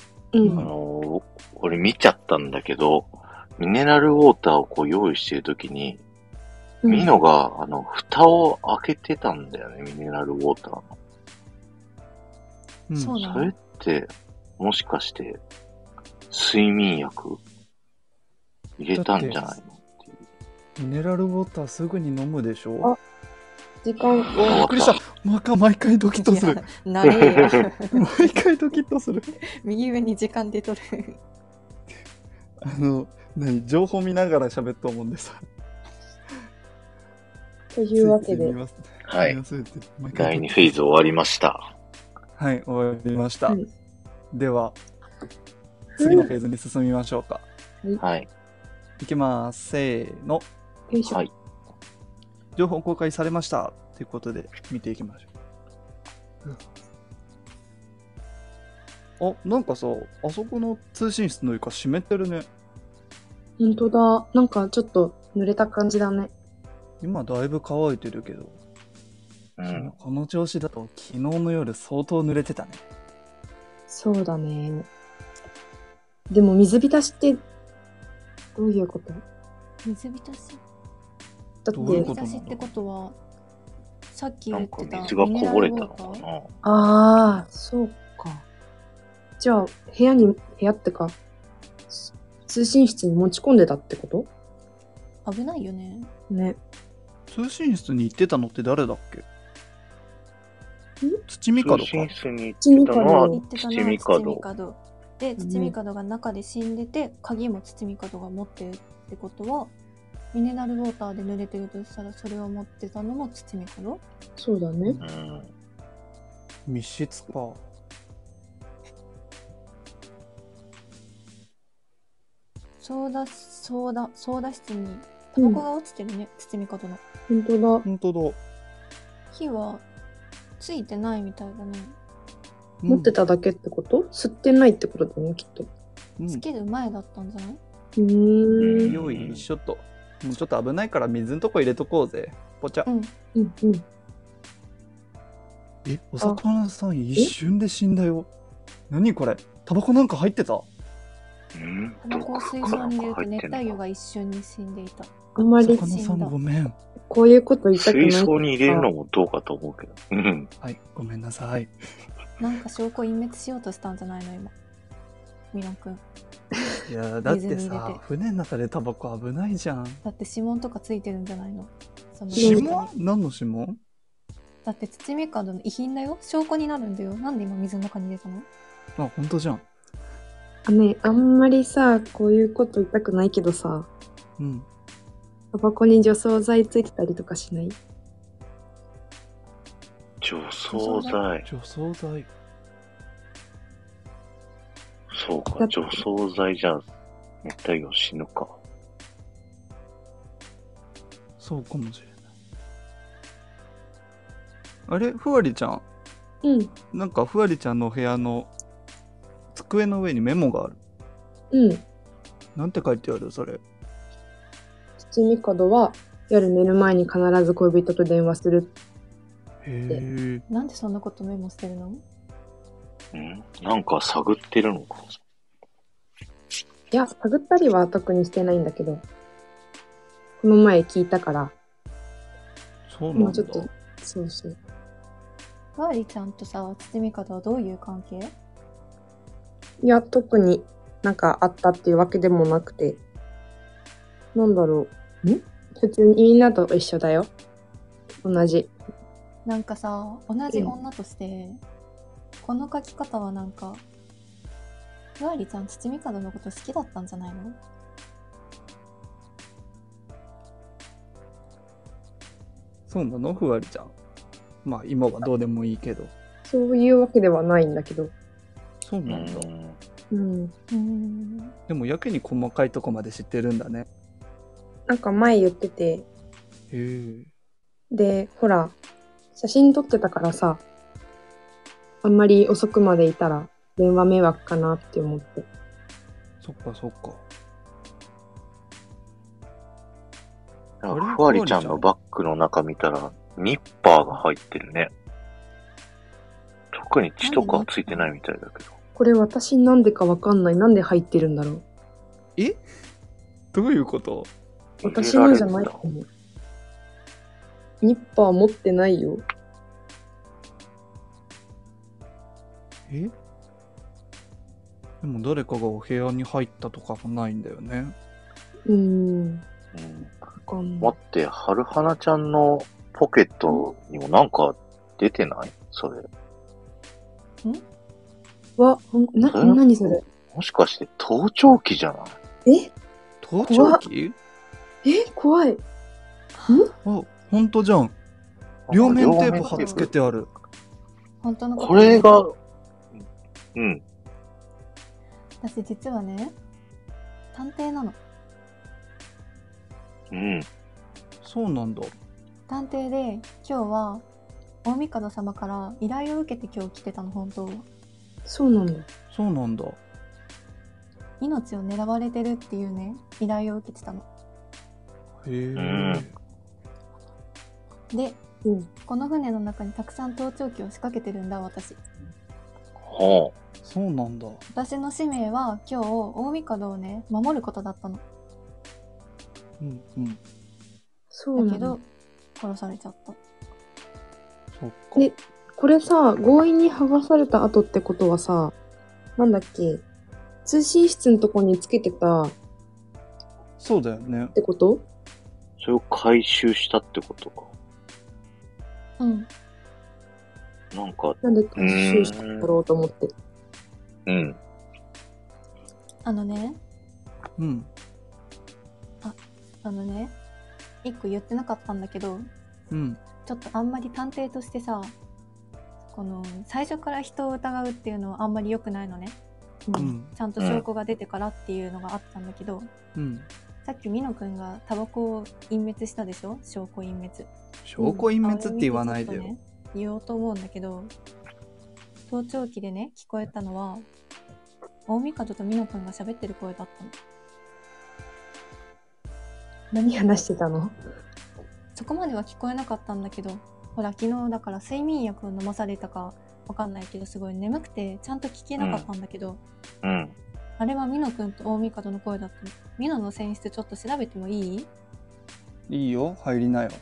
S1: 俺見ちゃったんだけど、ミネラルウォーターをこう用意してるときに、ミノが、蓋を開けてたんだよね、ミネラルウォーターの。
S3: そうなの？
S1: それって、もしかして、睡眠薬入れたんじゃないのっていう。
S2: ミネラルウォーターすぐに飲むでしょ？
S4: 時間。
S2: びっくりした。毎回ドキッとする。
S3: なれや。
S2: 毎回ドキッとする。
S3: 右上に時間出とる。
S2: 情報見ながら喋っと思うんでさ。
S4: というわけで。
S1: はい。第2フェーズ終わりました。
S2: はい、終わりました。では、次のフェーズに進みましょうか。
S1: はい。
S2: いきます。せーの。
S1: はい。
S2: 情報公開されましたということで見ていきましょう。なんかさ、あそこの通信室の床湿ってるね。
S4: ほんとだ。なんかちょっと濡れた感じだね。
S2: 今だいぶ乾いてるけど、この調子だと昨日の夜相当濡れてたね。
S4: そうだね。でも水浸しってどういうこと？
S3: 水浸し？
S4: だって
S3: 水浸しってことはさっき言ってた
S1: 水がこぼれたのかな。
S4: ああ、そうか。じゃあ部屋ってか通信室に持ち込んでたってこと？
S3: 危ないよね。
S4: ね。
S2: 通信室に行ってたのって誰だっけ？土見門か。
S1: 通信室に行ってたのは土見門。
S3: で、土見門が中で死んでて、鍵も土見門が持ってるってことは、ミネラルウォーターで濡れてるとしたら、それを持ってたのも土見門？
S4: そうだね。
S2: 密室か。
S3: ソーダ室にタバコが落ちてるね、土見門の。
S4: ほんとだ。
S3: 火はついてないみたいだね。
S4: 持ってただけってこと？吸ってないってことだね、きっと。
S3: つける前だったんじゃない？
S2: よいしょっと。もうちょっと危ないから水のとこ入れとこうぜ。ぽちゃ。お魚さん一瞬で死んだよ。何これ？タバコなんか入ってた？
S3: タバコを水槽に入れると熱帯魚が一瞬に死んでいた。
S4: あんまり
S2: 魚さんごめん。
S4: こういうこと言いたくない。
S1: 水槽に入れるのもどうかと思うけど。
S2: はい、ごめんなさい。
S3: なんか証拠隠滅しようとしたんじゃないの今。ミラン君。
S2: いやだってさ、船の中でタバコ危ないじゃん。
S3: だって指紋とかついてるんじゃないの？
S2: 指紋？何の指紋？
S3: だって土見門の遺品だよ。証拠になるんだよ。なんで今水の中に入れたの？
S2: あ、本当じゃん。
S4: あんまりさ、こういうこと言いたくないけどさ、タバコに除草剤ついてたりとかしない？
S1: 除草剤。そうか、除草剤じゃん。 熱帯魚死ぬか。
S2: そうかもしれない。あれふわりちゃん。
S4: うん。
S2: なんかふわりちゃんの部屋の机の上にメモがある。
S4: うん。
S2: なんて書いてあるそれ。
S4: 包み角は夜寝る前に必ず恋人と電話する。
S2: へえ。
S3: なんでそんなことメモしてるの？
S1: なんか探ってるのか。
S4: いや、探ったりは特にしてないんだけど、この前聞いたから、
S2: そうなんだ。
S4: ちょっと、そうそう。
S3: ふわりちゃんとさ、包み方はどういう関係？
S4: いや、特になんかあったっていうわけでもなくて、なんだろう。普通にみんなと一緒だよ。同じ。
S3: なんかさ、同じ女として、この書き方はなんか、ふわりちゃん包み方のこと好きだったんじゃないの？
S2: そうなのふわりちゃん。まあ今はどうでもいいけど。
S4: そういうわけではないんだけど。
S2: そうなんだ。でもやけに細かいとこまで知ってるんだね。
S4: なんか前言ってて。
S2: へえ。
S4: で、ほら、写真撮ってたからさ、あんまり遅くまでいたら電話迷惑かなって思って。
S2: そっかそっか。
S1: ふわりちゃんのバッグの中見たら、ニッパーが入ってるね。特に血とかはついてないみたいだけど。
S4: これ私なんでかわかんない。なんで入ってるんだろう。
S2: え？どういうこと？
S4: 私のじゃないかも。ニッパー持ってないよ。
S2: え？でも誰かがお部屋に入ったとかもないんだよね。
S1: 待って、春花ちゃんのポケットにもなんか出てない？それ。
S4: 何それ？
S1: もしかして盗聴器じゃない？
S2: 盗聴器？
S4: 怖い。
S2: あ、ほんとじゃん。両面テープ貼っつけてある。
S3: 本当のこと？
S1: これが、
S3: 私実はね、探偵なの。
S2: そうなんだ。
S3: 探偵で、今日は大帝様から依頼を受けて今日来てたの、本当は。
S4: そうなんだ。
S2: そうなんだ。
S3: 命を狙われてるっていうね、依頼を受けてたの。
S2: へ
S3: え。で、この船の中にたくさん盗聴器を仕掛けてるんだ、私。
S1: はあ。
S2: そうなんだ。
S3: 私の使命は今日、大帝をね、守ることだったの。
S4: そうなんだ。
S3: だけど、殺されちゃった。
S2: そっか。
S4: で、これさ、強引に剥がされた後ってことはさ、なんだっけ、通信室のとこにつけてた。
S2: そうだよね。
S4: ってこと？
S1: それを回収したってことか。なんか。
S4: なんで回収したんだろうと思って。
S3: 一個言ってなかったんだけど、ちょっとあんまり探偵としてさ、この最初から人を疑うっていうのはあんまり良くないのね。ちゃんと証拠が出てからっていうのがあったんだけど、さっきミノ君がタバコを隠滅したでしょ？証拠隠滅。
S2: 証拠隠滅って言わないでよ。
S3: 言おうと思うんだけど、盗聴器でね、聞こえたのは大帝とミノ君が喋ってる声だったの。
S4: 何話してたの？
S3: そこまでは聞こえなかったんだけど、ほら昨日だから睡眠薬を飲まされたかわかんないけど、すごい眠くてちゃんと聞けなかったんだけど、あれはミノ君と大帝の声だったの。ミノの泉質ちょっと調べてもいい？
S2: いいよ、入りなよ。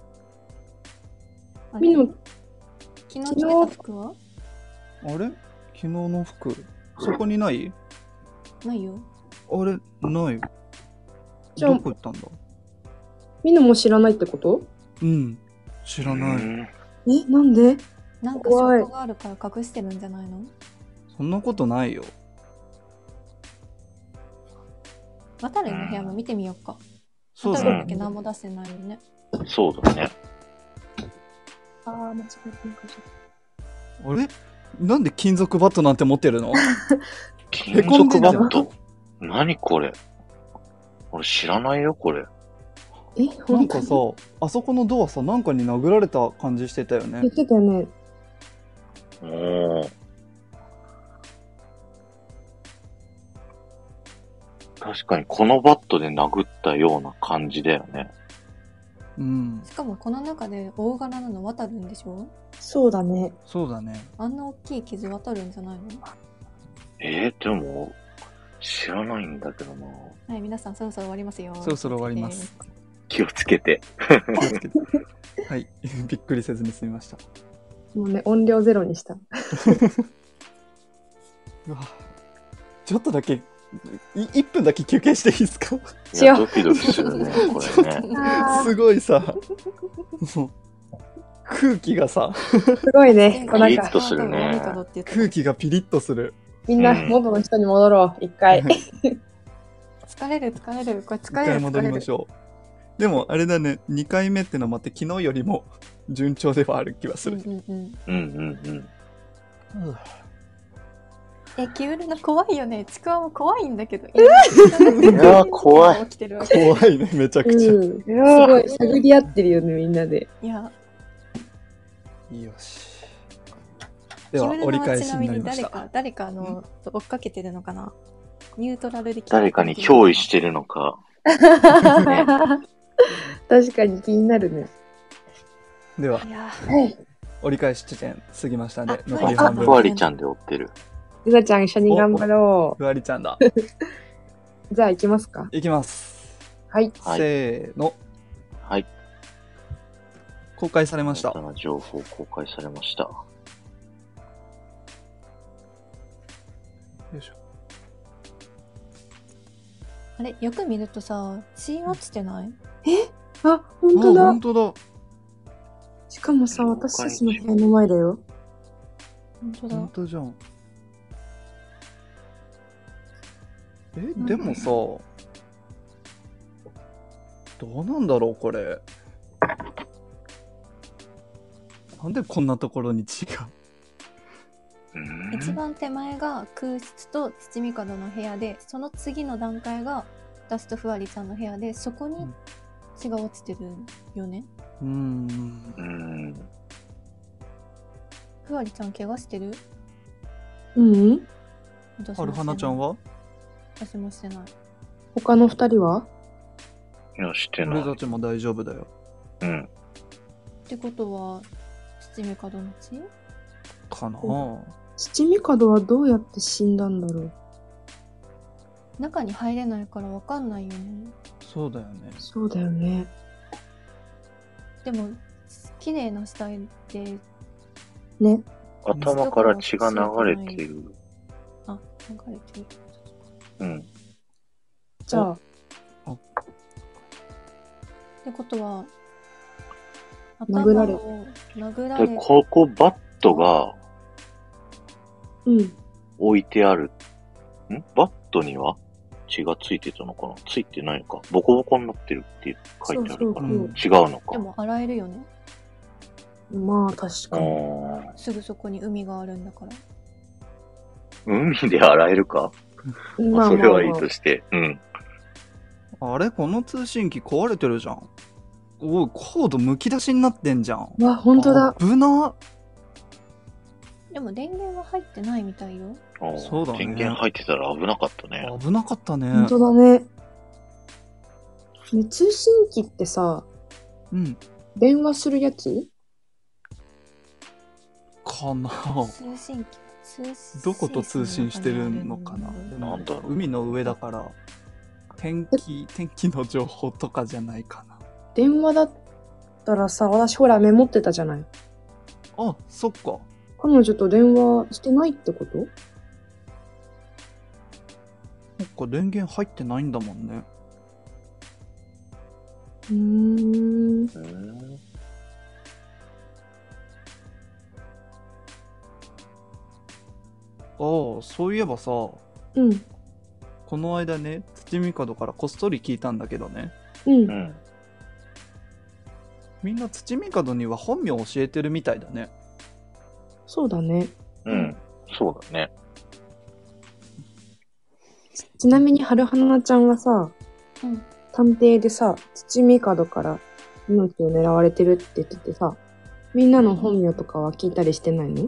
S4: ミノ、
S3: 昨日着てた服は？
S2: あれ？昨日の服、そこにない？
S3: ないよ。
S2: あれ、ない。どこ行ったんだ？
S4: ミノも知らないってこと？
S2: 知らない。
S4: なんで？
S3: なんか証拠があるから隠してるんじゃないの？
S2: そんなことないよ。
S3: 渡るの部屋も見てみよっか。
S2: そうだ
S3: ね。渡るだけ何も出してないよね。
S1: そうだね。
S4: 間違えてるかし
S2: ら。あれ？なんで金属バットなんて持ってるの？
S1: 金属バット？ 何これ？俺知らないよ、これ。
S2: なんかさ、あそこのドアさ、なんかに殴られた感じしてたよね。
S4: 言ってたよね。
S1: おー。確かにこのバットで殴ったような感じだよね。
S2: うん。
S3: しかもこの中で大柄なの渡るんでしょ？
S4: そうだね。
S2: そうだね。
S3: あんな大きい傷渡るんじゃないの？
S1: でも、知らないんだけどな。
S3: はい、皆さんそろそろ終わりますよ。
S2: そろそろ終わります。
S1: 気をつけて。
S2: 気をつけて。はい。びっくりせずに済みました。
S4: もうね、音量ゼロにした。
S2: うわ、ちょっとだけ、1分だけ休憩していいですか？
S1: いや、ドキドキするね、これね。
S2: すごいさ、もう空気がさ、
S4: すごいね。
S1: ピリッとするね。
S2: 空気がピリッとする。
S4: みんな元の人に戻ろう、一回。
S3: 疲れる。これ疲れる。
S2: 一回戻りましょう。でも、あれだね、2回目ってのもあって、昨日よりも順調ではある気はする。
S3: キウルの怖いよね。ちくわも怖いんだけど。
S1: いや、怖い。
S2: 怖いね、めちゃくちゃ。す
S4: ごい、探り合ってるよね、みんなで。
S3: いや。
S2: よし。では、折り返しになりました。
S3: 誰か追っかけてるのかな？ニュートラルで
S1: 誰かに憑依してるのか。
S4: 確かに気になるね。
S2: では、折り返し地点過ぎましたね。残り
S1: 半分。ふわりちゃんで追ってる。
S4: ゆなちゃん一緒に頑張ろう。
S2: ふわりちゃんだ。
S4: じゃあ行きますか。
S2: 行きます。
S4: はい。
S2: せーの。
S1: はい。
S2: 公開されました。
S1: 新たな情報公開されました。よ
S2: いしょ。
S3: あれ、よく見るとさ、血落ちてない？
S4: あ、本当だ。
S2: 本当だ。
S4: しかもさ、私たちの部屋の前だよ。
S3: 本当だ。
S2: 本当じゃん。でもさ、どうなんだろう、これ。なんでこんなところに血が。
S3: 一番手前が空室と七味角の部屋で、その次の段階が私とふわりちゃんの部屋で、そこに血が落ちてるよね。ふわりちゃん怪我してる？
S2: はるはなちゃんは？
S3: 私もしてない。
S4: 他の二人は？
S1: いや、してない。
S2: 俺たちも大丈夫だよ。
S3: ってことは、七味角の血？
S2: かな。
S4: 七味角はどうやって死んだんだろう。
S3: 中に入れないからわかんないよね。
S2: そうだよね。
S4: そうだよね。
S3: でも、綺麗な死体で。
S4: ね。
S1: 頭から血が流れてる。
S3: あ、流れてる。
S4: じゃあ。
S3: ってことは、
S4: 殴られ
S1: て。ここバットが、置いてある。バットには血がついてたのかな？ついてないのか。ボコボコになってるって書いてあるから、違うのか。
S3: でも洗えるよね。
S4: まあ、確かに。
S3: すぐそこに海があるんだから。
S1: 海で洗えるか？まあ、それはいいとして。
S2: あれ？この通信機壊れてるじゃん。おい、コードむき出しになってんじゃん。
S4: わ、ほんとだ。
S2: 危な。
S3: でも電源は入ってないみたいよ。
S2: そうだね。
S1: 電源入ってたら危なかったね。
S2: 危なかったね。
S4: ほんとだね。通信機ってさ、電話するやつ？
S2: かな。
S3: 通信機。
S2: どこと通信してるのかな。
S1: なんだろう。
S2: 海の上だから、天気の情報とかじゃないかな。
S4: 電話だったらさ、私ほらメモってたじゃない。
S2: あ、そっか。
S4: 彼女と電話してないってこと？
S2: そっか、電源入ってないんだもんね。ああ、そういえばさ、この間ね、土見門からこっそり聞いたんだけどね。みんな土見門には本名教えてるみたいだね。
S4: そうだね。
S1: そうだね。
S4: ちなみに春花ちゃんはさ、
S3: うん。
S4: 探偵でさ、土見門から命を狙われてるって言っててさ、みんなの本名とかは聞いたりしてないの？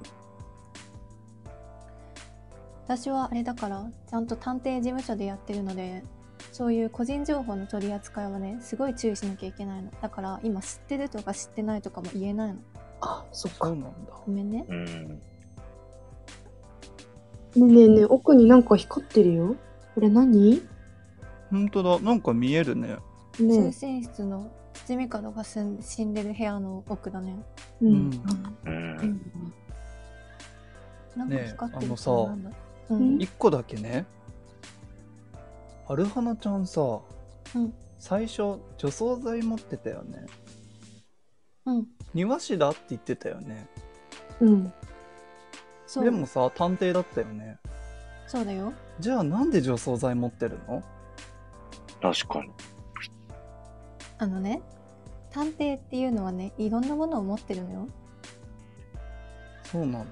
S3: 私はあれだから、ちゃんと探偵事務所でやってるので、そういう個人情報の取り扱いはね、すごい注意しなきゃいけないの。だから今知ってるとか知ってないとかも言えないの。
S4: あ、そっか。
S2: そうなんだ。
S3: ごめんね。
S1: うん。
S4: ねえねえねえ、奥になんか光ってるよ。これ何？
S2: ほんとだ、なんか見えるね。
S3: 通
S4: ね
S3: 信室の土見門が死んでる部屋の奥だね。
S4: え。
S2: うん
S3: なんか光ってる
S2: ねえ
S3: のなんだ。
S2: 一個だけね。春花ちゃんさ、最初除草剤持ってたよね。庭師だって言ってたよね。
S3: そう。
S2: でもさ、探偵だったよね。
S3: そうだよ。
S2: じゃあなんで除草剤持ってるの？
S1: 確かに。
S3: あのね、探偵っていうのはね、いろんなものを持ってるのよ。
S2: そうなんだ。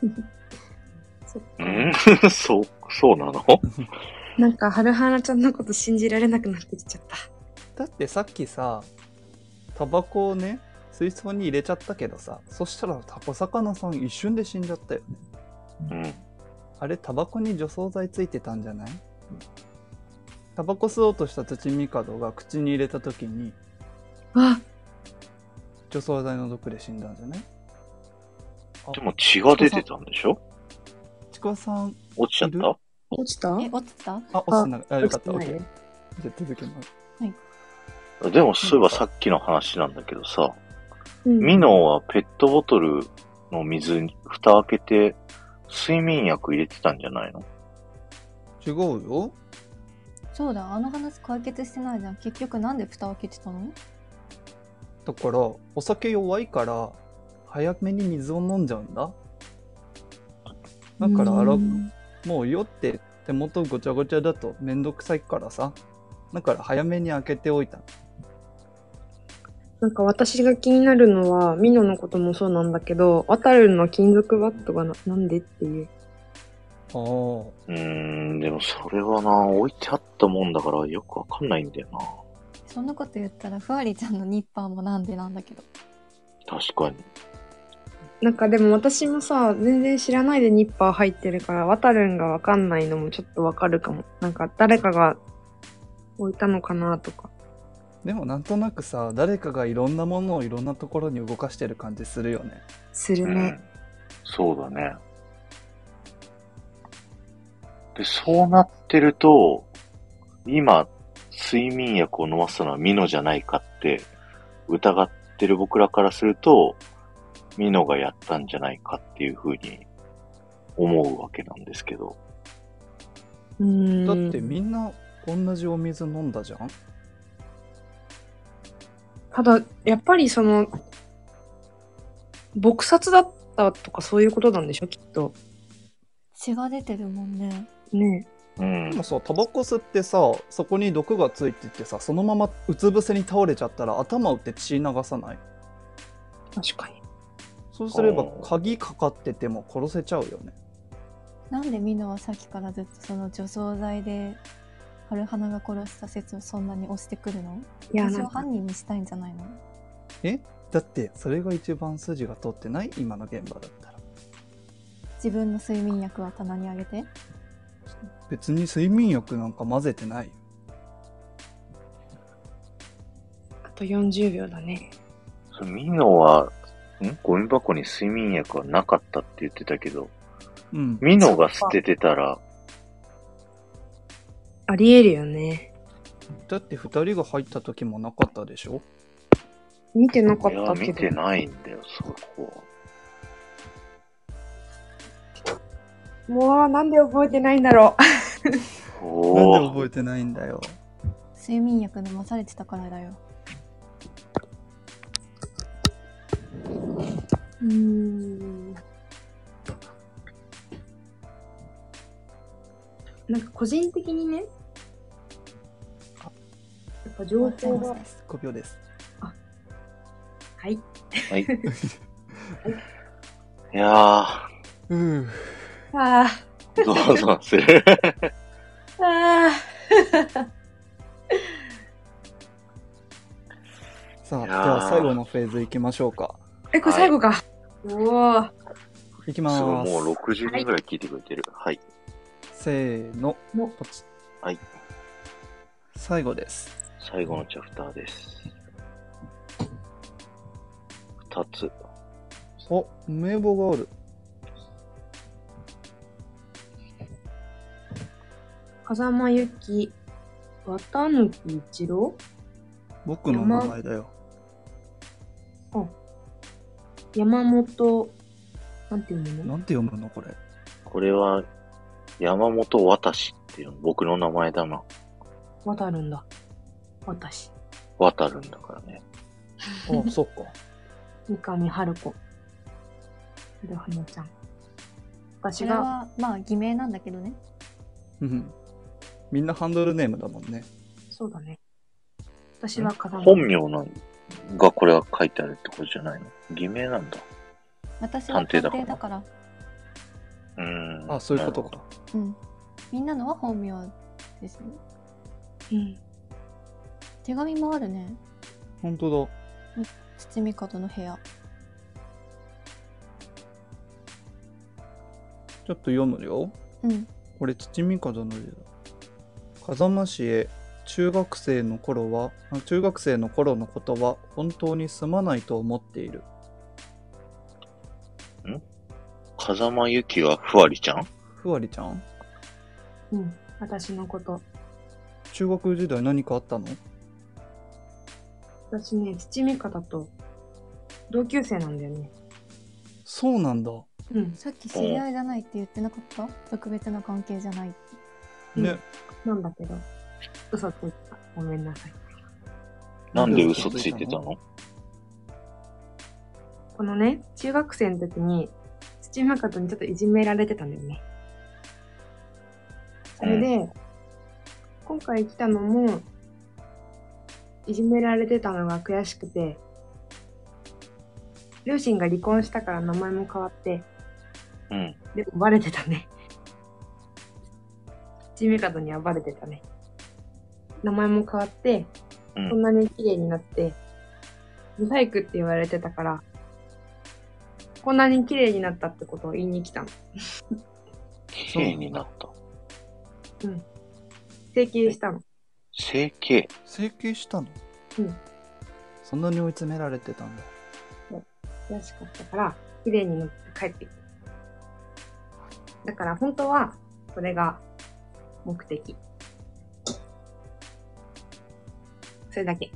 S1: そうなの？
S4: なんか春花ちゃんのこと信じられなくなってきちゃった。
S2: だってさっきさ、タバコをね、水槽に入れちゃったけどさ、そしたらお魚さん一瞬で死んじゃったよね。あれタバコに除草剤ついてたんじゃない？タバコ吸おうとした土見門が口に入れた時に、除草剤の毒で死んだんじゃない？
S1: でも血が出てたんでしょ？
S2: ちくわさん
S1: 落ちちゃった？
S4: 落ちた？
S3: 落ちた？
S2: 落ちてない。よかった。
S4: 落ちてない
S2: OK。じゃあ続けます。
S3: はい。
S1: でもそういえばさっきの話なんだけどさ、
S4: うん
S1: ミノはペットボトルの水に蓋開けて睡眠薬入れてたんじゃないの？
S2: 違うよ。
S3: そうだ、あの話解決してないじゃん。結局なんで蓋開けてたの？
S2: だからお酒弱いから早めに水を飲んじゃうんだ。だからもう酔って手元ごちゃごちゃだとめんどくさいからさ。だから早めに開けておいた。
S4: なんか私が気になるのは、ミノのこともそうなんだけど、ワタルの金属バットがなんでっていう。
S1: でもそれはな、置いてあったもんだからよくわかんないんだよな。
S3: そんなこと言ったら、ふわりちゃんのニッパーもなんでなんだけど。
S1: 確かに。
S4: なんかでも私もさ、全然知らないでニッパー入ってるから、ワタルンがわかんないのもちょっとわかるかも。なんか誰かが置いたのかなとか。
S2: でもなんとなくさ、誰かがいろんなものをいろんなところに動かしてる感じするよね。
S4: するね。
S1: そうだね。で、そうなってると、今、睡眠薬を飲ますのはミノじゃないかって疑ってる僕らからすると、ミノがやったんじゃないかっていうふうに思うわけなんですけど。
S2: だってみんな同じお水飲んだじゃん。
S4: ただ、やっぱりその、撲殺だったとかそういうことなんでしょ、きっと。
S3: 血が出てるもんね。
S4: ね
S2: でもさ、タバコ吸ってさ、そこに毒がついててさ、そのままうつ伏せに倒れちゃったら頭打って血流さない？
S4: 確かに。
S2: そうすれば鍵かかってても殺せちゃうよね。
S3: なんでミノはさっきからずっとその除草剤で春花が殺した説をそんなに押してくるの？
S4: いや、
S3: 私を犯人にしたいんじゃないの？
S2: だってそれが一番筋が通ってない？今の現場だったら。
S3: 自分の睡眠薬は棚にあげて。
S2: 別に睡眠薬なんか混ぜてない。
S4: あと40秒だね。
S1: ミノは、ゴミ箱に睡眠薬はなかったって言ってたけど、ミノが捨ててたら、
S4: ありえるよね。
S2: だって2人が入った時もなかったでしょ？
S4: 見てなかったけど。
S1: いや、見てないんだよ、そこは。
S4: もう、なんで覚えてないんだろ
S2: う。なんで覚えてないんだよ。
S3: 睡眠薬飲まされてたからだよ。
S4: なんか個人的にね、やっぱ情報が
S2: 5秒です。
S4: はい。
S1: はい。いや
S4: あ
S1: どうぞする。
S4: あ
S2: さあ、では最後のフェーズ行きましょうか。
S4: これ最後か。はい、おお。
S2: いきまーす。
S1: もう60人ぐらい聞いてくれてる。はい。
S2: せーの。ポチ。
S1: はい。
S2: 最後です。
S1: 最後のチャプターです。2つ。
S2: お、名簿がある。
S4: 風間由紀、綿貫一郎？
S2: 僕の名前だよ。
S4: あ、山本、なんて読むの？
S2: なんて読むのこれ。
S1: これは、山本渡しっていうの僕の名前だな。
S4: 渡るんだ。私。
S1: 渡るんだからね。
S2: あ、そっか。
S4: 三上春子。で、花ちゃん。私が。
S3: これは、まあ、偽名なんだけどね。
S2: うん。みんなハンドルネームだもんね。
S4: そうだね。私は風間。
S1: 本名なんがこれは書いてあるってことじゃないの？偽名なんだ。
S3: 私は探偵だから。
S2: あ、そういうことか。
S3: うん。みんなのは本名ですね。
S4: うん。
S3: 手紙もあるね。
S2: ほんと
S3: だ。包み方の部屋。
S2: ちょっと読むよ。
S3: うん。
S2: これ包み方の字だ。風間市へ中学生の頃のことは本当にすまないと思っている。
S1: 風間由紀はふわりちゃん？
S2: ふわりちゃん？
S4: うん、私のこと。
S2: 中学時代何かあったの？
S4: 私ね、包み方と同級生なんだよね。
S2: そうなんだ。
S4: うん。
S3: さっき知り合いじゃないって言ってなかった？特別な関係じゃないって。
S2: ね。
S4: なんだけど、嘘ついた。ごめんなさい。
S1: なんで嘘ついてたの？
S4: このね、中学生の時に、土間方にちょっといじめられてたんだよね。それで、今回来たのも、いじめられてたのが悔しくて、両親が離婚したから名前も変わって、
S1: うん。
S4: でもバレてたね。土目方にはバレてたね。名前も変わって、こんなに綺麗になって、ブサイクって言われてたから、こんなに綺麗になったってことを言いに来たの。
S1: 綺麗になった。
S4: うん。整形したの。
S1: 整形
S2: したの？
S4: うん。
S2: そんなに追い詰められてたんだ。
S4: 悔しかったから、綺麗になって帰ってきた。だから本当は、それが目的。それだけ。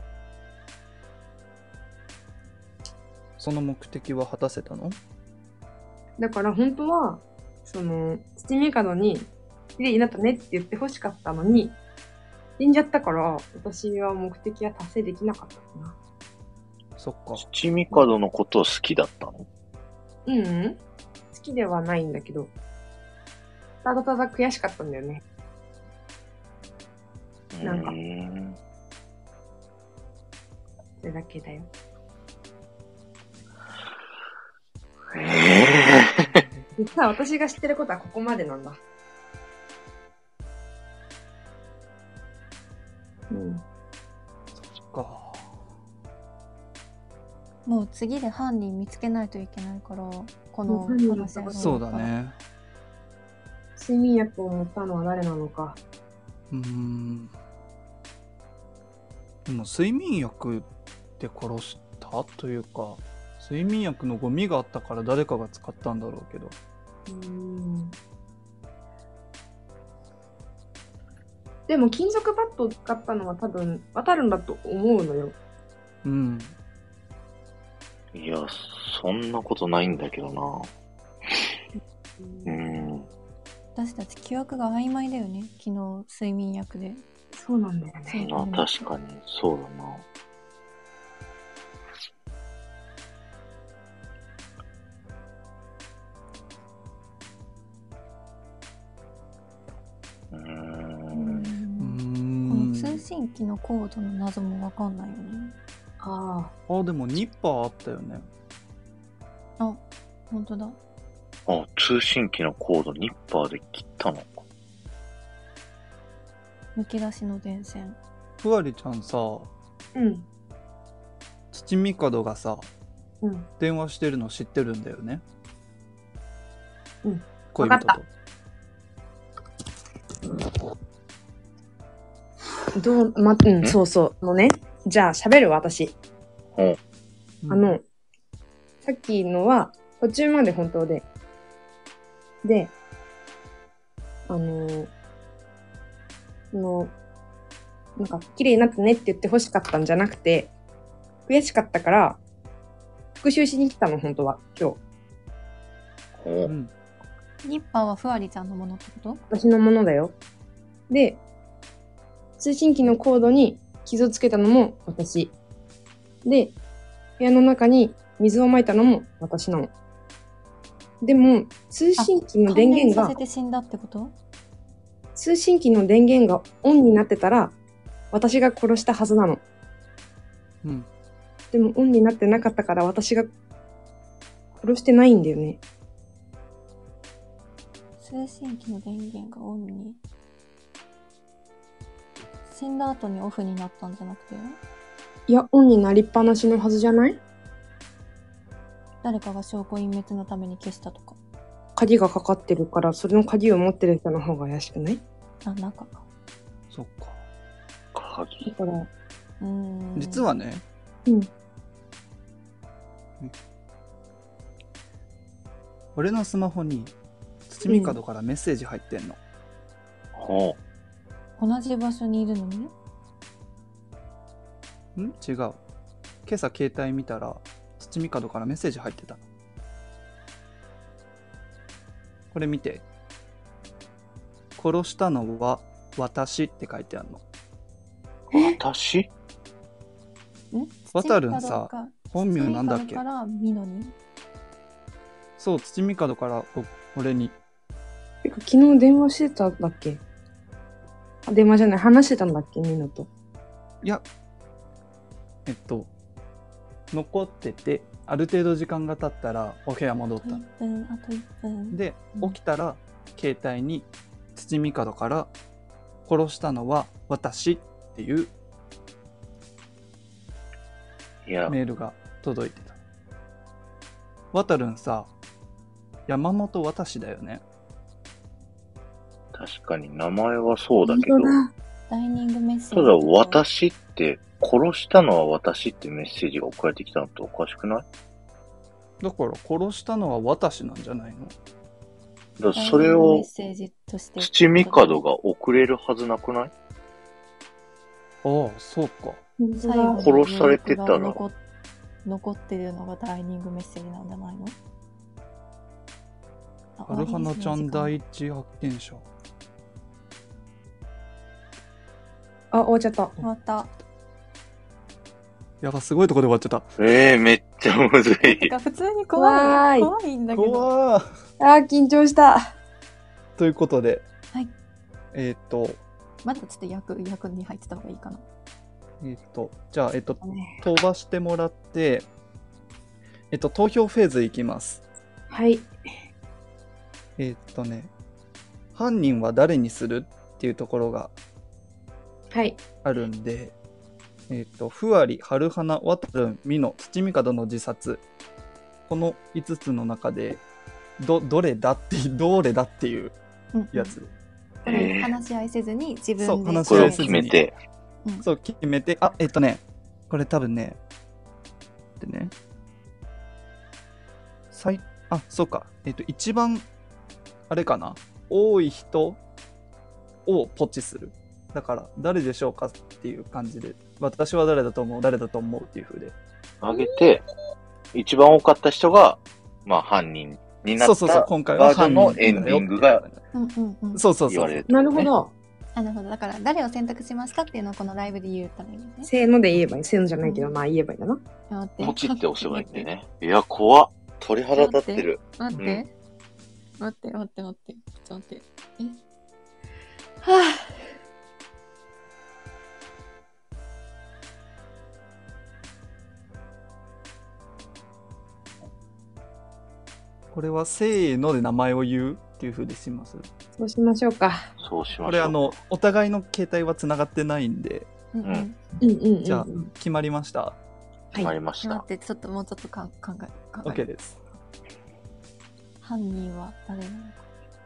S2: その目的は果たせたの？
S4: だから本当は、包み角に、綺麗になったねって言って欲しかったのに、死んじゃったから、私は目的は達成できなかったかな。
S2: そっか。
S1: 七味角のことを好きだったの？
S4: うん。好きではないんだけど、ただただ悔しかったんだよね。なんか。それだけだよ。実は私が知ってることはここまでなんだ。うん。
S2: そっか。
S3: もう次で犯人見つけないといけないから、この話は。
S2: そうだね。
S4: 睡眠薬を持ったのは誰なのか。
S2: でも睡眠薬で殺したというか、睡眠薬のゴミがあったから誰かが使ったんだろうけど。
S4: でも金属バットを使ったのは多分渡るんだと思うのよ。
S2: うん。
S1: いや、そんなことないんだけどな。
S3: 私たち記憶が曖昧だよね。昨日睡眠薬で。
S4: そうなんだよね。
S1: まあ確かにそうだな。
S3: この通信機のコードの謎もわかんないよね。
S2: でもニッパーあったよね。
S3: あ、本当だ。
S1: 通信機のコードニッパーで切ったのか。
S3: むき出しの電線。
S2: ふわりちゃんさ、
S4: うん。
S2: 土見門がさ、
S4: うん。
S2: 電話してるの知ってるんだよね。
S4: うん。
S2: 恋人と。
S4: わかそうそう。じゃあ喋る私。さっきのは途中まで本当で。で、なんか、綺麗になったねって言って欲しかったんじゃなくて、悔しかったから、復習しに来たの、本当は、今日。
S3: ニッパーはふわりちゃんのものってこと？
S4: 私のものだよ。で、通信機のコードに傷をつけたのも私。で、部屋の中に水をまいたのも私なの。でも、通信機の電源が、
S3: 関連させて死んだってこと？
S4: 通信機の電源がオンになってたら、私が殺したはずなの。
S2: うん。
S4: でもオンになってなかったから私が殺してないんだよね。
S3: 通信機の電源がオンに。死んだ後にオフになったんじゃなくて？
S4: いや、オンになりっぱなしのはずじゃない？
S3: 誰かが証拠隠滅のために消したとか。
S4: 鍵がかかってるから、それの鍵を持ってる人の方が怪しくない？
S3: 中か。
S2: そっか。
S4: だから、
S2: 実はね、俺のスマホに土見門からメッセージ入ってんの。
S3: 同じ場所にいるのに？
S2: 違う。今朝携帯見たら土見門からメッセージ入ってたの。これ見て。殺したのは私って書いてあるの。
S1: 私？
S2: わたるんさ、本名なんだっけ？
S3: からミノに？
S2: そう、土見門から俺に。
S4: 昨日電話してたんだっけ？電話じゃない、話してたんだっけ、ミノと。
S2: いや、残ってて、ある程度時間が経ったらお部屋戻った。
S3: あと1分。
S2: で、起きたら、携帯に土見門から殺したのは私っていうメールが届いてた。わたるんさ、山本私だよね。
S1: 確かに名前はそうだけど。
S3: ダイニングメッセージ。
S1: ただ、私って、殺したのは私ってメッセージが送られてきたのっておかしくない？
S2: だから、殺したのは私なんじゃないの？
S1: だからそれを、土見門が送れるはずなくない？あ
S2: あ、そうか。
S1: 殺されてたら。
S3: 残ってるのがダイニングメッセージなんじゃないの？
S2: はるはなちゃん第一発見者。
S4: 終わっちゃった。
S3: 終わった。
S2: やば、すごいとこで終わっちゃった。
S1: めっちゃむずい。
S3: 普通に怖いんだけど。
S2: 怖ー。
S4: 緊張した。
S2: ということで、
S3: はい。
S2: ま
S3: だちょっと役に入ってた方がいいかな。
S2: じゃあ、飛ばしてもらって、投票フェーズいきます。
S4: はい。
S2: 犯人は誰にするっていうところがあるんで、ふわり、はるはな、わたるん、みの、土見門の自殺、この5つの中でどれだっていうやつ、
S3: これ話し合いせずに自分で
S2: そう話し合いせずに
S1: 決めて、
S2: そう決めて、これ多分ねでねそうか、一番あれかな、多い人をポチする。だから誰でしょうかっていう感じで、私は誰だと思うっていう風で
S1: あげて、一番多かった人が犯人になった。
S2: 今回は犯人
S1: のエンディングが
S2: 言われる。
S4: なるほど。
S3: だから誰を選択しましたっていうのをこのライブで言ったらいいですね。
S4: せーので言えばいい。せーのじゃないけど、言えばいいんだな。
S1: ポチって押せばいいんでね。いや、怖っ。鳥肌立ってる。
S3: 待って。ちょっと待って。
S2: これはせーので名前を言うってっていう風でします？
S4: そうしましょうか。
S1: そうしましょう。
S2: これお互いの携帯は繋がってないんで。じゃあ、決まりました？
S1: 決まりました。
S3: 待って、ちょっともうちょっと考え。
S2: OK です。
S3: 犯人は誰なのか。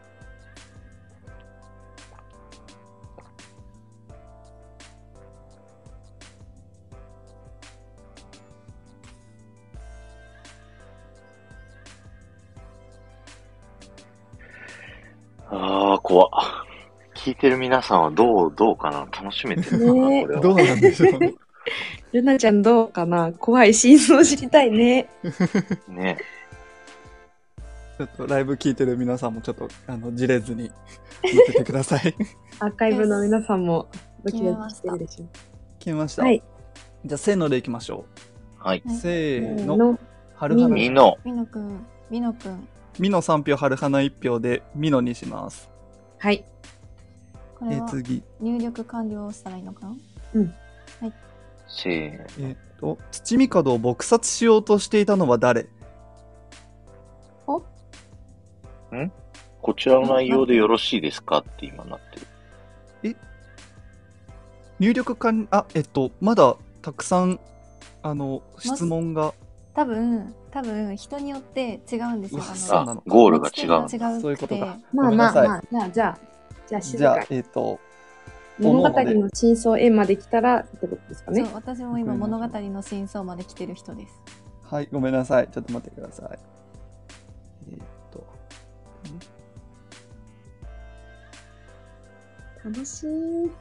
S1: 怖っ。聞いてる皆さんはどうかな？楽しめてるかな、
S4: ね、
S1: これは。
S2: どうなんでしょうね。
S4: ルナちゃんどうかな？怖い真相知りたいね。
S1: ね。
S2: ちょっとライブ聞いてる皆さんもちょっとじれずに見ててください。
S4: アーカイブの皆さんもドキドキしてるでしょ。
S2: 決めました。
S4: はい。
S2: じゃあせーのでいきましょ
S1: う。はい。
S2: せーの。
S4: はるはな。
S1: みの
S3: くん。
S2: みの3票、はるはな1票でみのにします。
S4: はい。
S3: これは
S2: 次。
S3: 入力完了したらいいのかな？
S4: うん。
S3: はい。
S1: せーの。
S2: 土見門を撲殺しようとしていたのは誰？
S1: こちらの内容でよろしいですかって今なってる。
S2: 入力完、まだたくさん、質問が。
S3: 多分、人によって違うんですよ。
S2: そうなの。
S1: ゴールが違う。
S2: そういうことか。
S4: まあ、じゃあ、静かに。物語の真相絵まで来たらってことですかね。
S3: そう、私も今物語の真相まで来てる人です。
S2: はい、ごめんなさい。ちょっと待ってください。
S4: 楽しい。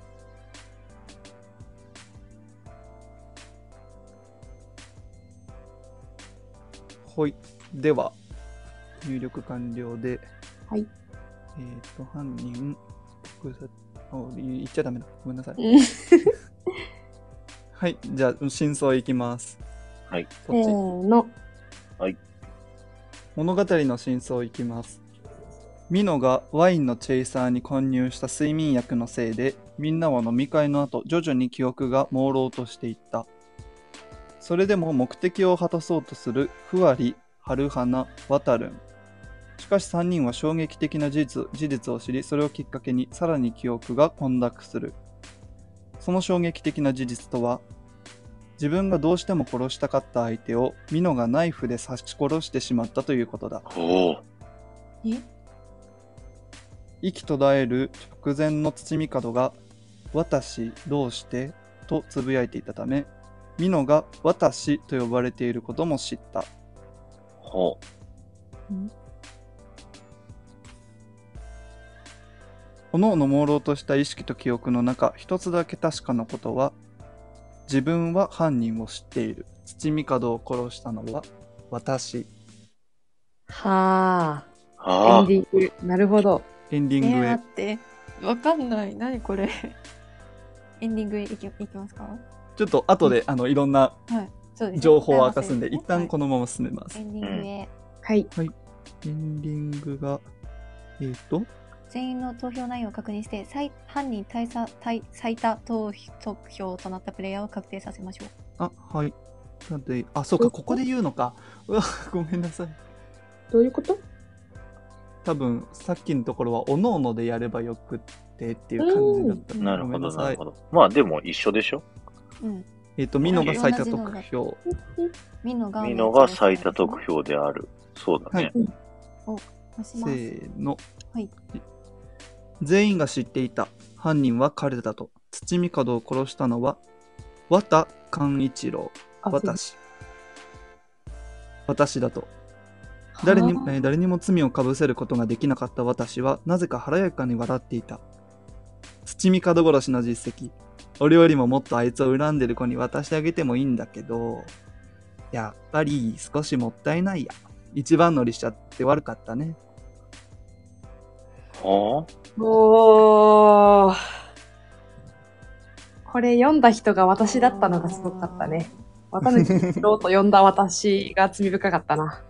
S2: はい。では、入力完了で。
S4: はい。
S2: 犯人、言っちゃダメだ。ごめんなさい。はい。じゃあ、真相いきます。
S1: はい。
S4: せーの。
S1: はい。
S2: 物語の真相いきます。ミノがワインのチェイサーに混入した睡眠薬のせいで、みんなは飲み会の後、徐々に記憶が朦朧としていった。それでも目的を果たそうとするふわり、はるはな、わたるん。しかし3人は衝撃的な事実を知り、それをきっかけにさらに記憶が混濁する。その衝撃的な事実とは、自分がどうしても殺したかった相手をミノがナイフで刺し殺してしまったということだ。息途絶える直前の土見門が私どうしてとつぶやいていたため、ミノが私と呼ばれていることも知った。おのおの朦朧とした意識と記憶の中、一つだけ確かなことは、自分は犯人を知っている。土見門を殺したのは私。
S4: はあ。エンディング。なるほど。
S2: エンディングへ。
S3: 待って。わかんない。何これ。エンディングへ行きますか？
S2: ちょっと後で、いろんな情報を明かすんで、一旦このまま進めます。
S3: エンディングへ。
S4: はい。
S2: はい。エンディングが、
S3: 全員の投票内容を確認して、犯人最多投票となったプレイヤーを確定させましょう。
S2: あ、はい。なんで、そうか、ここで言うのか。うわ、ごめんなさい。
S4: どういうこと？
S2: 多分、さっきのところは、おのおのでやればよくってっていう感じだった。
S1: なるほど、なるほど。まあ、でも一緒でしょ？
S3: うん。
S2: ミノが最多得票。
S3: ミノ
S1: が最多得票である。そうだね。
S3: はい、
S2: せーの。
S3: はい。
S2: 全員が知っていた。犯人は彼だと。土見門を殺したのは、綿寛一郎。私だと。誰にも罪をかぶせることができなかった私は、なぜか晴れやかに笑っていた。土見門殺しの実績。俺よりももっとあいつを恨んでる子に渡してあげてもいいんだけど、やっぱり少しもったいないや。一番乗りしちゃって悪かったね。
S1: お
S4: ー。これ読んだ人が私だったのがすごかったね。渡辺一郎と呼んだ私が罪深かったな。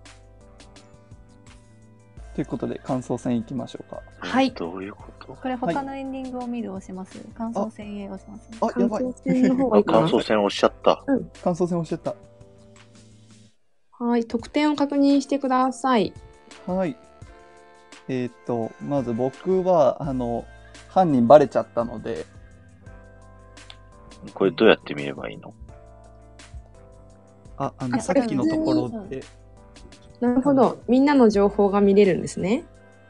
S2: ということで、感想戦いきましょうか。
S4: はい。
S1: どういうこと？
S3: これ他のエンディングを見る押します。感想戦へ押します。
S2: やばい。
S4: 感想戦の方がいいかな。
S1: 感想戦押しちゃった。
S4: うん。
S2: 感想戦押しちゃった。
S4: はい。得点を確認してください。
S2: はい。 まず僕は、犯人バレちゃったので。
S1: これどうやって見ればいいの？
S2: さっきのところで。
S4: なるほど。みんなの情報が見れるんですね。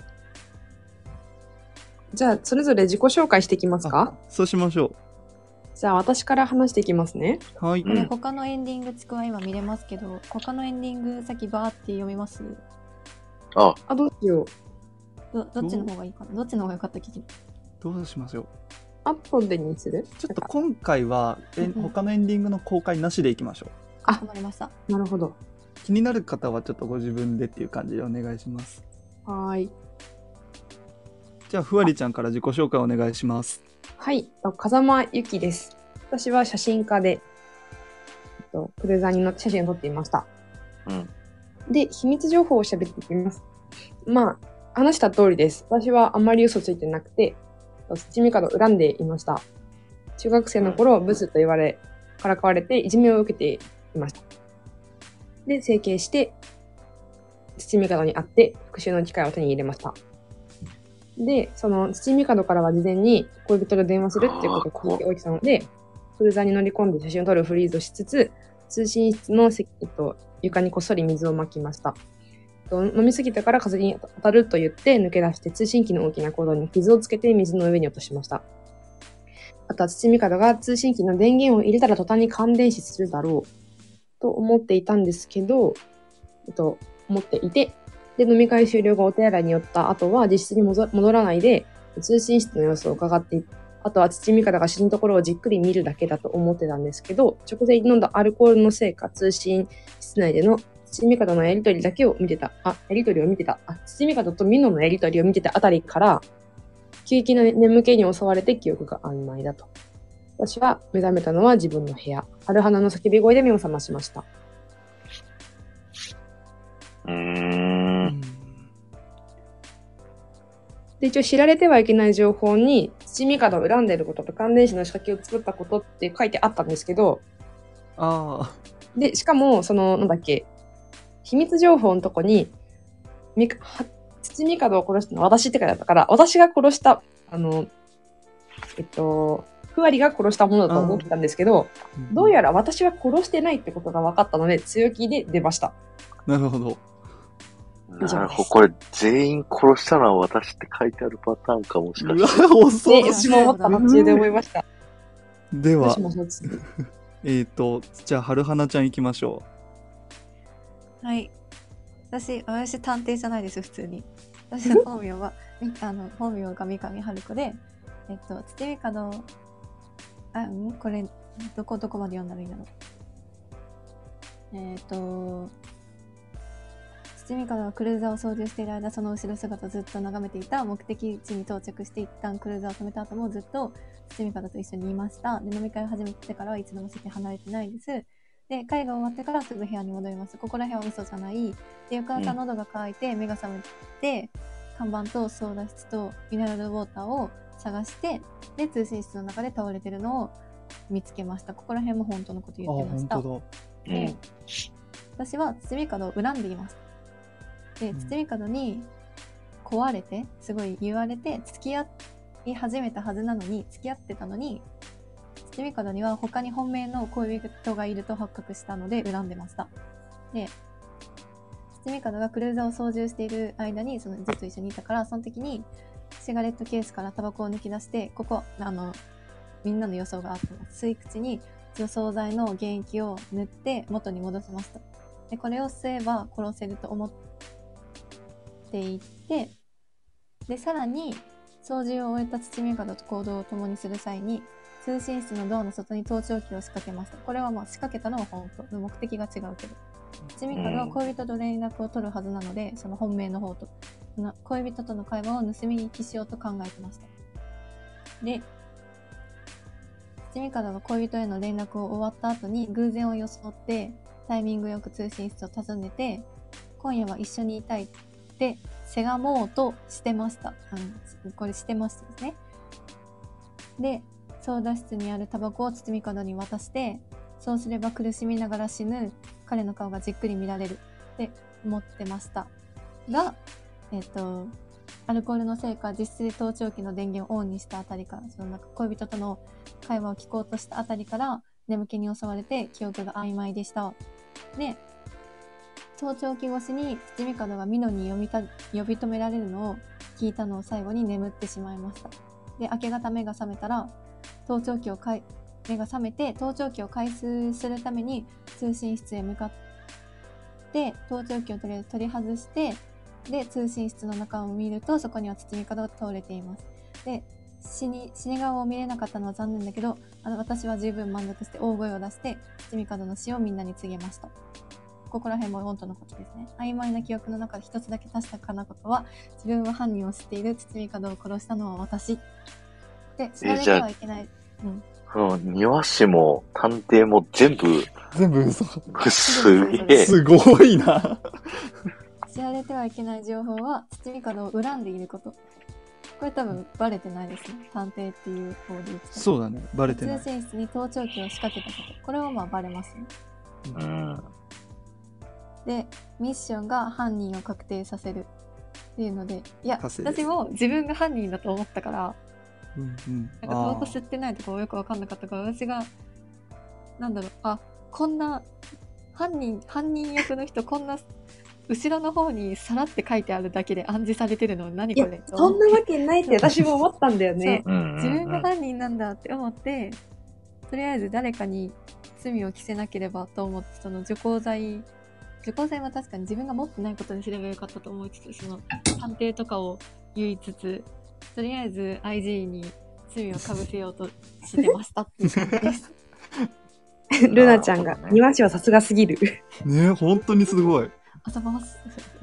S4: じゃあ、それぞれ自己紹介していきますか？
S2: そうしましょう。
S4: じゃあ、私から話していきますね。
S2: はい。
S3: 他のエンディングちくわ今見れますけど、他のエンディング先バーって読みます？
S1: あ、
S4: どうしよう。
S3: どっちの方がいいかな？どっちの方が良かった聞き。
S2: どうしましょう。
S4: 後でにする？
S2: ちょっと今回は他のエンディングの公開なしでいきましょう。
S3: かしこまりました。
S4: なるほど。
S2: 気になる方はちょっとご自分でっていう感じでお願いします。
S4: はい。
S2: じゃあ、ふわりちゃんから自己紹介お願いします。
S4: はい。風間ゆきです。私は写真家で、クルーザーに乗って写真を撮っていました。
S1: うん。
S4: で、秘密情報を喋っていきます。まあ、話した通りです。私はあんまり嘘ついてなくて、土見門を恨んでいました。中学生の頃、ブスと言われ、からかわれていじめを受けていました。で、整形して、土見門に会って復讐の機会を手に入れました。で、その土見門からは事前に恋人と電話するっていうことを聞いておいてたので、クルーザーに乗り込んで写真を撮るフリーズをしつつ、通信室の床にこっそり水をまきました。飲みすぎたから風に当たると言って抜け出して通信機の大きなコードに傷をつけて水の上に落としました。あとは土見門が通信機の電源を入れたら途端に感電死するだろうと思っていたんですけど、思っていて、で、飲み会終了後お手洗いに寄った後は実質に戻らないで通信室の様子を伺って、あとは土見門が死ぬところをじっくり見るだけだと思ってたんですけど、直前に飲んだアルコールのせいか通信室内での土見門のやりとりだけを見てた。土見門とミノのやりとりを見てたあたりから、急激な眠気に襲われて記憶が曖昧だと。私は目覚めたのは自分の部屋。春花の叫び声で目を覚ましました。で、一応知られてはいけない情報に、土見門を恨んでいることと感電死の仕掛けを作ったことって書いてあったんですけど、で、しかも、秘密情報のとこに、土見門を殺したのは私って書いてあったから、私が殺した、ふわりが殺したものだと思ってたんですけど、どうやら私は殺してないってことが分かったので、強気で出ました。
S2: なるほど。
S1: これ全員殺したのは私って書いてあるパターンかもしかして。
S4: 私も思った途中で思いました。
S2: では、じゃあ、春花ちゃん行きましょ
S3: う。はい。私探偵じゃないです、普通に。私の本名は、本名が三上春子で、土見門、これ、どこまで読んだらいいんだろう。土見門はクルーザーを操縦している間、その後ろ姿をずっと眺めていた。目的地に到着して一旦クルーザーを止めた後もずっと土見門と一緒にいました。で、飲み会を始めてからはいつでも席離れてないです。で、会が終わってからすぐ部屋に戻ります。ここら辺は嘘じゃない。で、翌朝喉が渇いて目が覚めて、看板とソーダ室とミネラルウォーターを探して、で、通信室の中で倒れてるのを見つけました。ここら辺も本当のこと言ってました。で、私は土見門を恨んでいます。で、土見門に壊れて、すごい言われて、付き合い始めたはずなのに、付き合ってたのに、土見門には他に本命の恋人がいると発覚したので恨んでました。で、土見門がクルーザーを操縦している間にずっと一緒にいたから、その時にシガレットケースからタバコを抜き出して、みんなの予想があってます。吸い口に除草剤の原液を塗って元に戻しました。で、これを吸えば殺せると思っていて、で、さらに操縦を終えた土見門と行動を共にする際に、通信室のドアの外に盗聴器を仕掛けました。これは仕掛けたのは本当の目的が違うけど、土見門は恋人と連絡を取るはずなので、その本命の方と恋人との会話を盗み聞きしようと考えてました。で、土見門が恋人への連絡を終わった後に偶然を装ってタイミングよく通信室を訪ねて、今夜は一緒にいたいってせがもうとしてました。これしてましたですね。で、操舵室にあるタバコを土見門に渡して、そうすれば苦しみながら死ぬ彼の顔がじっくり見られるって思ってましたが、 アルコールのせいか実質で盗聴器の電源をオンにしたあたりから、そのなんか恋人との会話を聞こうとしたあたりから眠気に襲われて記憶が曖昧でした。で、盗聴器越しに土見門がミノに呼び止められるのを聞いたのを最後に眠ってしまいました。で、明け方目が覚めたら目が覚めて盗聴器を回収するために通信室へ向かって、盗聴器をとりあえず取り外して、で、通信室の中を見ると、そこには包み角が通れています。で、死に顔を見れなかったのは残念だけど、私は十分満足して大声を出して、包み角の死をみんなに告げました。ここら辺も本当のことですね。曖昧な記憶の中で一つだけ確かなことは、自分は犯人を知っている包み角を殺したのは私。で、知られてはいけない。
S1: 庭師も探偵も全部嘘。すげえ。
S2: すごいな。
S3: 知られてはいけない情報は包み角を恨んでいること。これ多分バレてないですね。探偵っていう方で言ってた。
S2: そうだね。バレてない。
S3: 通信室に盗聴器を仕掛けたこと。これはまあバレますね。で、ミッションが犯人を確定させるっていうので、いや、私も自分が犯人だと思ったから、なんかタバコ吸ってないとかよく分かんなかったから、私がこんな犯人役の人こんな後ろの方にさらって書いてあるだけで暗示されてるの何これ。
S4: そんなわけないって私も思ったんだよね。
S3: 自分が犯人なんだって思って、とりあえず誰かに罪を着せなければと思って、その除光剤は確かに自分が持ってないことにすればよかったと思いつつ、その探偵とかを言いつつ、とりあえず IG に罪をかぶせようとしてましたっていう感じです。
S4: ルナちゃんが、庭師はさすがすぎる。
S2: ね、本当にすごい。
S3: 遊ばす。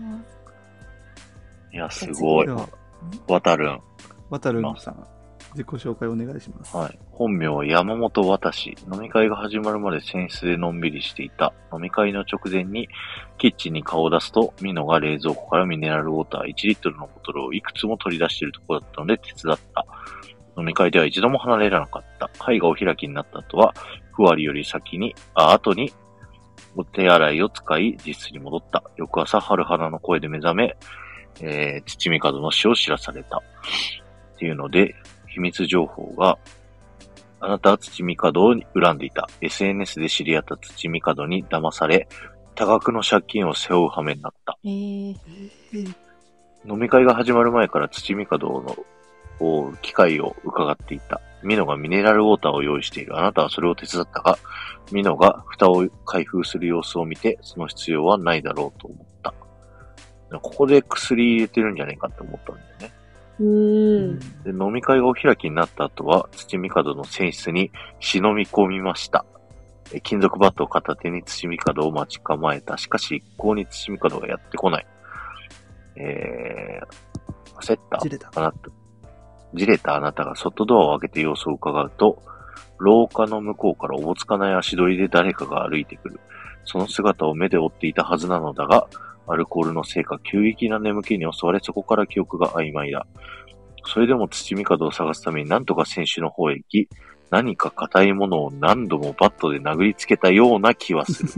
S1: いや、すごい。わたるん
S2: さん、自己紹介お願いします。
S1: はい。本名は山本渡し。飲み会が始まるまで寝室でのんびりしていた。飲み会の直前にキッチンに顔を出すと、ミノが冷蔵庫からミネラルウォーター1リットルのボトルをいくつも取り出しているところだったので手伝った。飲み会では一度も離れなかった。会がお開きになった後は、ふわりより後にお手洗いを使い、実室に戻った。翌朝、春花の声で目覚め、土見門の死を知らされた。っていうので、秘密情報が、あなたは土見門を恨んでいた。SNS で知り合った土見門に騙され、多額の借金を背負う羽目になった。飲み会が始まる前から土見門の機会を伺っていた。ミノがミネラルウォーターを用意している。あなたはそれを手伝ったが、ミノが蓋を開封する様子を見て、その必要はないだろうと思った。ここで薬入れてるんじゃないかって思ったんだよね。で、飲み会がお開きになった後は、土見門の寝室に忍び込みました。金属バットを片手に土見門を待ち構えた。しかし、一向に土見門がやってこない。焦ったじれたあなたが外ドアを開けて様子を伺うと、廊下の向こうからおぼつかない足取りで誰かが歩いてくる。その姿を目で追っていたはずなのだが、アルコールのせいか急激な眠気に襲われ、そこから記憶が曖昧だ。それでも土見門を探すために何とか選手の方へ行き、何か硬いものを何度もバットで殴りつけたような気はする。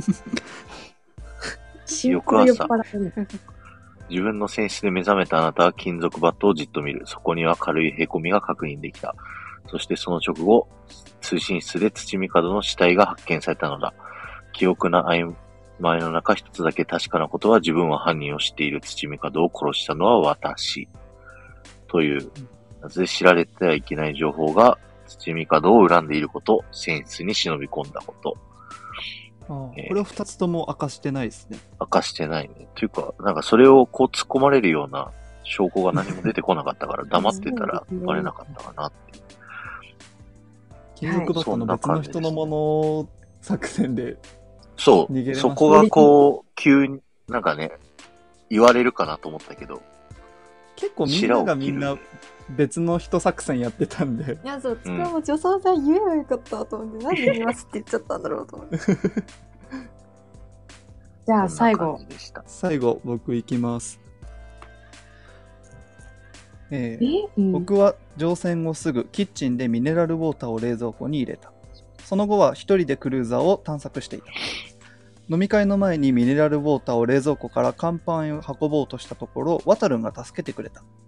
S1: 翌朝、自分の寝室で目覚めたあなたは金属バットをじっと見る。そこには軽い凹みが確認できた。そしてその直後、通信室で土見門の死体が発見されたのだ。記憶の曖昧の中、一つだけ確かなことは、自分は犯人を知っている。土見門を殺したのは私。という、なぜ知られてはいけない情報が、土見門を恨んでいること、寝室に忍び込んだこと。
S2: これを二つとも明かしてないですね。
S1: 明かしてないね。というか、なんかそれをこう突っ込まれるような証拠が何も出てこなかったから、黙ってたらバレなかったかなっていう。
S2: 金属バットの別の人のもの作戦で
S1: そう。そこがこう、急に、なんかね、言われるかなと思ったけど。
S2: 結構みんながみんな別の人作戦やってたんで。
S3: いや、そう、つかも除草剤言えばよかったと思って、なんで言いますって言っちゃったんだろうと思って。
S4: じゃあ最後、
S2: 僕行きます。僕は乗船後すぐキッチンでミネラルウォーターを冷蔵庫に入れた。その後は一人でクルーザーを探索していた。飲み会の前にミネラルウォーターを冷蔵庫から甲板へ運ぼうとしたところ、ワタルンが助けてくれた。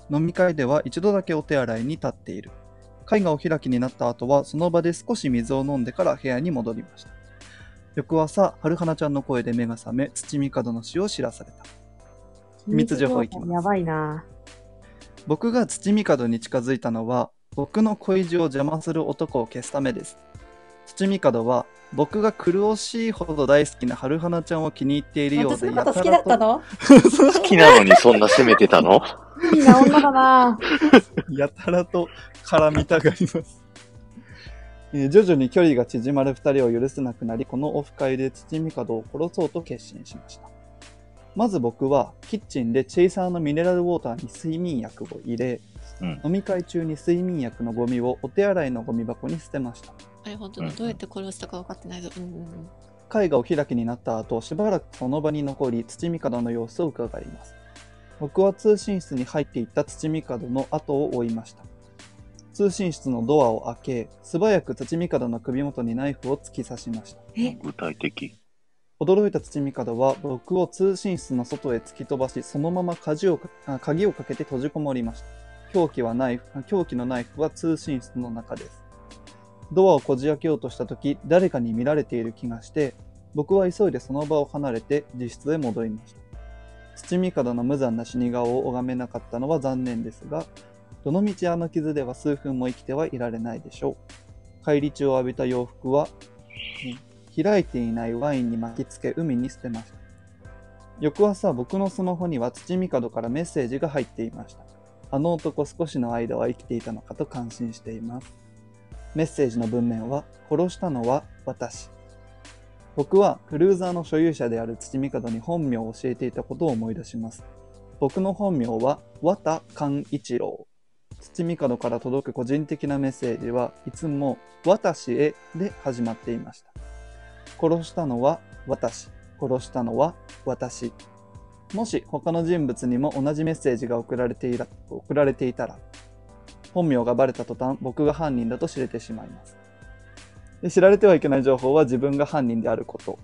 S2: 飲み会では一度だけお手洗いに立っている。会がお開きになった後はその場で少し水を飲んでから部屋に戻りました。翌朝、春花ちゃんの声で目が覚め、土御門の死を知らされた。秘密情報いきます。
S4: やばいな。
S2: 僕が土御門に近づいたのは、僕の恋路を邪魔する男を消すためです。土御門は、僕が苦しいほど大好きな春花ちゃんを気に入っているようで、
S3: 私のこと好きだったの？
S1: 好きなのにそんな責めてたの？
S4: いいな女だな。
S2: やたらと絡みたがります。徐々に距離が縮まる二人を許せなくなり、このオフ会で土御門を殺そうと決心しました。まず僕はキッチンでチェイサーのミネラルウォーターに睡眠薬を入れ、飲み会中に睡眠薬のゴミをお手洗いのゴミ箱に捨てました。
S3: あれ本当にどうやって殺したか分かってないぞ。
S2: 会がお開きになった後、しばらくその場に残り土御門の様子を伺います。僕は通信室に入っていった土御門の後を追いました。通信室のドアを開け、素早く土御門の首元にナイフを突き刺しました。
S1: 具体的。
S2: 驚いた土御門は僕を通信室の外へ突き飛ばし、そのまま鍵をかけて閉じこもりました。凶器のナイフは通信室の中です。ドアをこじ開けようとしたとき、誰かに見られている気がして、僕は急いでその場を離れて自室へ戻りました。土御門の無残な死に顔を拝めなかったのは残念ですが、どのみちあの傷では数分も生きてはいられないでしょう。返り血を浴びた洋服は、開いていないワインに巻きつけ海に捨てました。翌朝、僕のスマホには土御門からメッセージが入っていました。あの男少しの間は生きていたのかと感心しています。メッセージの文面は、殺したのは私。僕はクルーザーの所有者である土御門に本名を教えていたことを思い出します。僕の本名は綿勘一郎。土御門から届く個人的なメッセージはいつも私へで始まっていました。殺したのは私。殺したのは私。もし他の人物にも同じメッセージが送られていたら、本名がバレた途端僕が犯人だと知れてしまいます。で、知られてはいけない情報は自分が犯人であること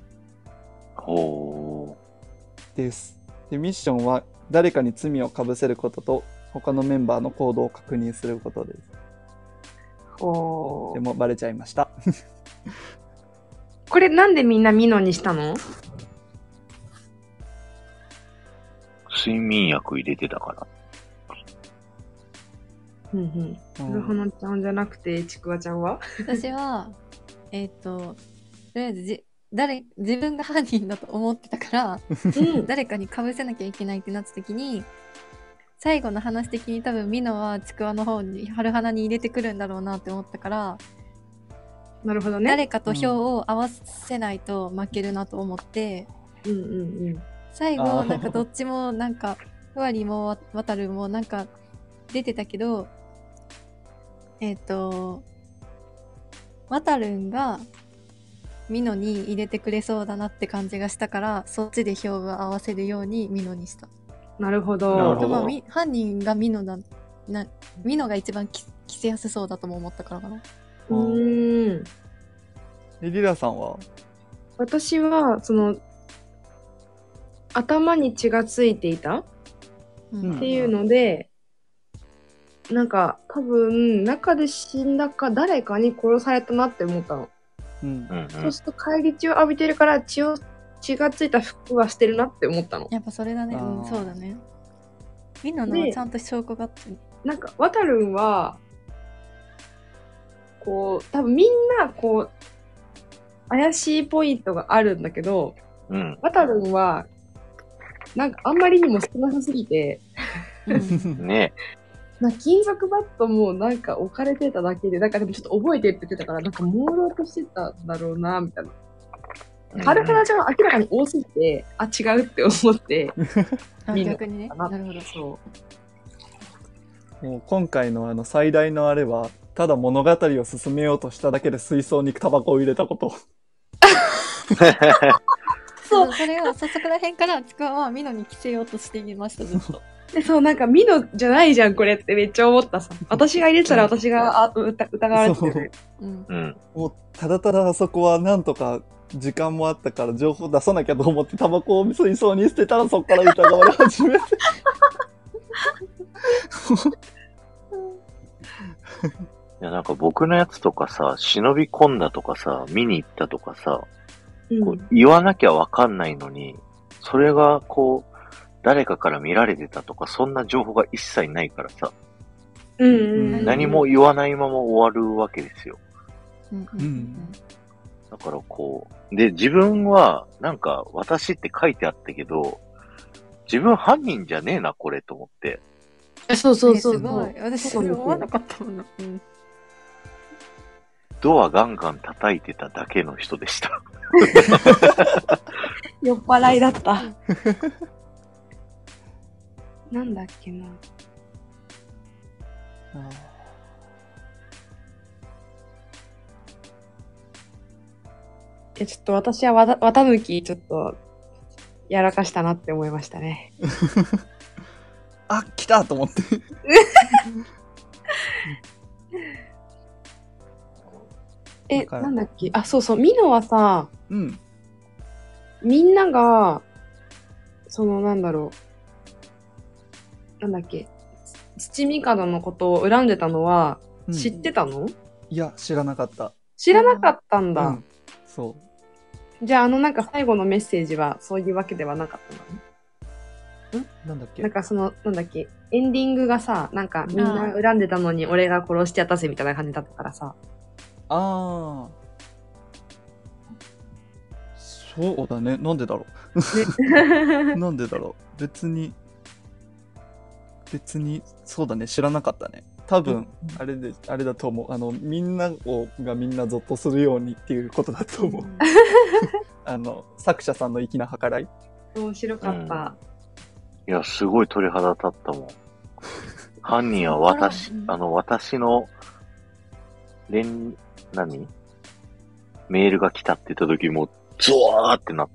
S2: です。で、ミッションは誰かに罪をかぶせることと他のメンバーの行動を確認することです。でもバレちゃいました。
S4: これなんでみんなミノにしたの？
S1: 睡眠薬入れてたから。
S4: 春花ちゃんじゃなくてちくわちゃんは？
S3: 私はとりあえず自分が犯人だと思ってたから、誰かにかぶせなきゃいけないってなった時に、最後の話的に多分ミノはちくわの方に春花に入れてくるんだろうなって思ったから、
S4: なるほどね。
S3: 誰かと票を合わせないと負けるなと思って、最後なんかどっちもなんかふわりもわたるもなんか出てたけど、わたるんがミノに入れてくれそうだなって感じがしたから、そっちで票を合わせるようにミノにした。
S4: なるほど。
S3: 犯人がミノが一番着せやすそうだとも思ったからかな。
S2: リラさんは？
S4: 私は頭に血がついていたっていうので、なんか多分中で死んだか誰かに殺されたなって思ったの。そうすると返り血を浴びてるから血がついた服はしてるなって思ったの。
S3: やっぱそれだね。そうだね。ミノのちゃんと証拠があって、
S4: なんかワタルンはこう多分みんなこう怪しいポイントがあるんだけど、ワタルンはなんかあんまりにも少なさすぎて
S1: ね、
S4: 金属バットもなんか置かれてただけで、なんかでもちょっと覚えてるって言ってたから、なんか朦朧としてたんだろうなみたいな。春花ちゃんは明らかに多すぎて、違うって思って
S3: 逆にね。なるほど。
S2: そうもう今回の最大のあれは、ただ物語を進めようとしただけで水槽にタバコを入れたこと。
S3: それをそこら辺からちくわはミノに着せようとしていました、ずっと。
S4: そう、なんかミノじゃないじゃんこれってめっちゃ思ったさ。私が入れてたら私が疑われてる。
S2: もうただただあそこはなんとか時間もあったから情報出さなきゃと思ってタバコを水槽に捨てたら、そこから疑われ始めて。
S1: いや、なんか僕のやつとかさ、忍び込んだとかさ、見に行ったとかさ、こう言わなきゃわかんないのに、それがこう、誰かから見られてたとか、そんな情報が一切ないからさ、何も言わないまま終わるわけですよ。だからこう、で、自分は、なんか、私って書いてあったけど、自分犯人じゃねえな、これ、と思って。
S4: そう。
S3: すごい。私、それ思わなかったもんな。
S1: ドアガンガン叩いてただけの人でした。
S4: 酔っ払いだった。なんだっけな。ちょっと私は綿抜きちょっとやらかしたなって思いましたね。
S2: あ、来たと思って。
S4: なんだっけ、あ、そう、ミノはさ、みんなが、なんだろう、なんだっけ、土帝のことを恨んでたのは、知ってたの？
S2: いや、知らなかった。
S4: 知らなかったんだ。
S2: そう。
S4: じゃあ、なんか最後のメッセージは、そういうわけではなかったの？
S2: なんだっけ？
S4: なんかなんだっけ、エンディングがさ、なんかみんな恨んでたのに俺が殺してやったぜみたいな感じだったからさ。
S2: そうだね。なんでだろう。なんでだろう。別に、そうだね。知らなかったね。多分、あれだと思う。みんながみんなゾッとするようにっていうことだと思う。作者さんの粋な計らい。
S4: 面白かった。
S1: いや、すごい鳥肌立ったもん。犯人は私の、メールが来たって言った時も、ゾワーってなった。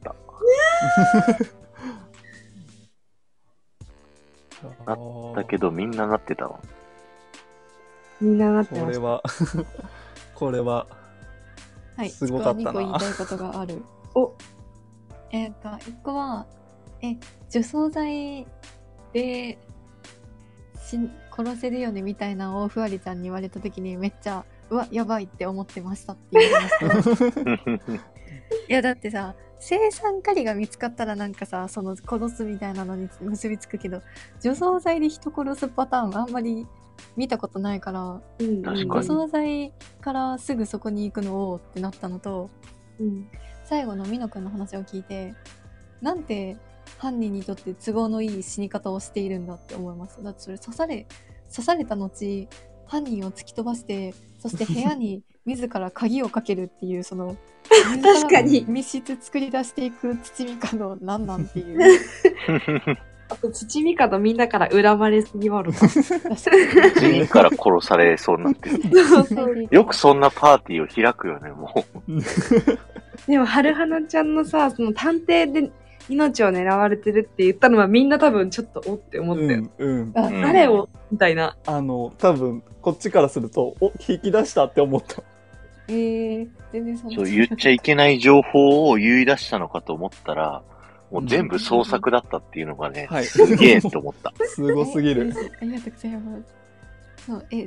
S1: なったけど、みんななってたわ。
S4: みんななってた。
S2: これは、すごかったな。
S3: 2個言いたいことがある。1個は、除草剤で殺せるよねみたいなのをふわりちゃんに言われた時にめっちゃうわやばいって思ってましたって言いましたいやだってさ青酸カリが見つかったらなんかさその殺すみたいなのに結びつくけど除草剤で人殺すパターンあんまり見たことないから、除草剤からすぐそこに行くのをってなったのと、最後のミノ君の話を聞いてなんて犯人にとって都合のいい死に方をしているんだって思います。だってそれ刺された後犯人を突き飛ばしてそして部屋に自ら鍵をかけるっていうその
S4: 確かに
S3: 密室作り出していく土帝のなんなんっていう
S4: あと土帝みんなから恨まれすぎわる
S1: 全員から殺されそうになってるよくそんなパーティーを開くよねもう
S4: でも春花ちゃんのさその探偵で命を狙われてるって言ったのはみんな多分ちょっとおって思ったよ。誰をみたいな。
S2: 多分こっちからすると引き出したって思った。
S3: 全然
S1: そう言っちゃいけない情報を言い出したのかと思ったら、もう全部創作だったっていうのがね、すげえと思った。
S2: すごすぎる。
S3: ありがとうございます。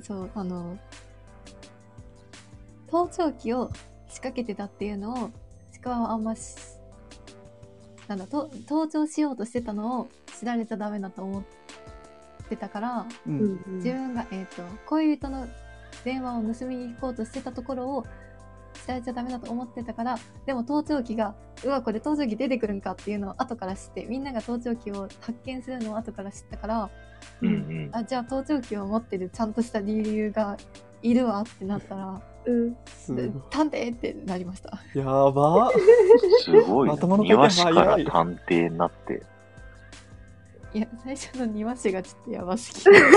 S3: そう盗聴器を仕掛けてたっていうのをちくわはあんま盗聴しようとしてたのを知られちゃダメだと思ってたから、自分が、恋人の電話を盗みに行こうとしてたところを知られちゃダメだと思ってたから、でも盗聴器がこれ盗聴器出てくるんかっていうのを後から知って、みんなが盗聴器を発見するのを後から知ったから、じゃあ盗聴器を持ってるちゃんとした理由がいるわってなったら探偵ってなりました。
S2: やば
S1: すごいな。庭師から探偵になって。
S3: いや、最初の庭師がちょっとやばすぎる。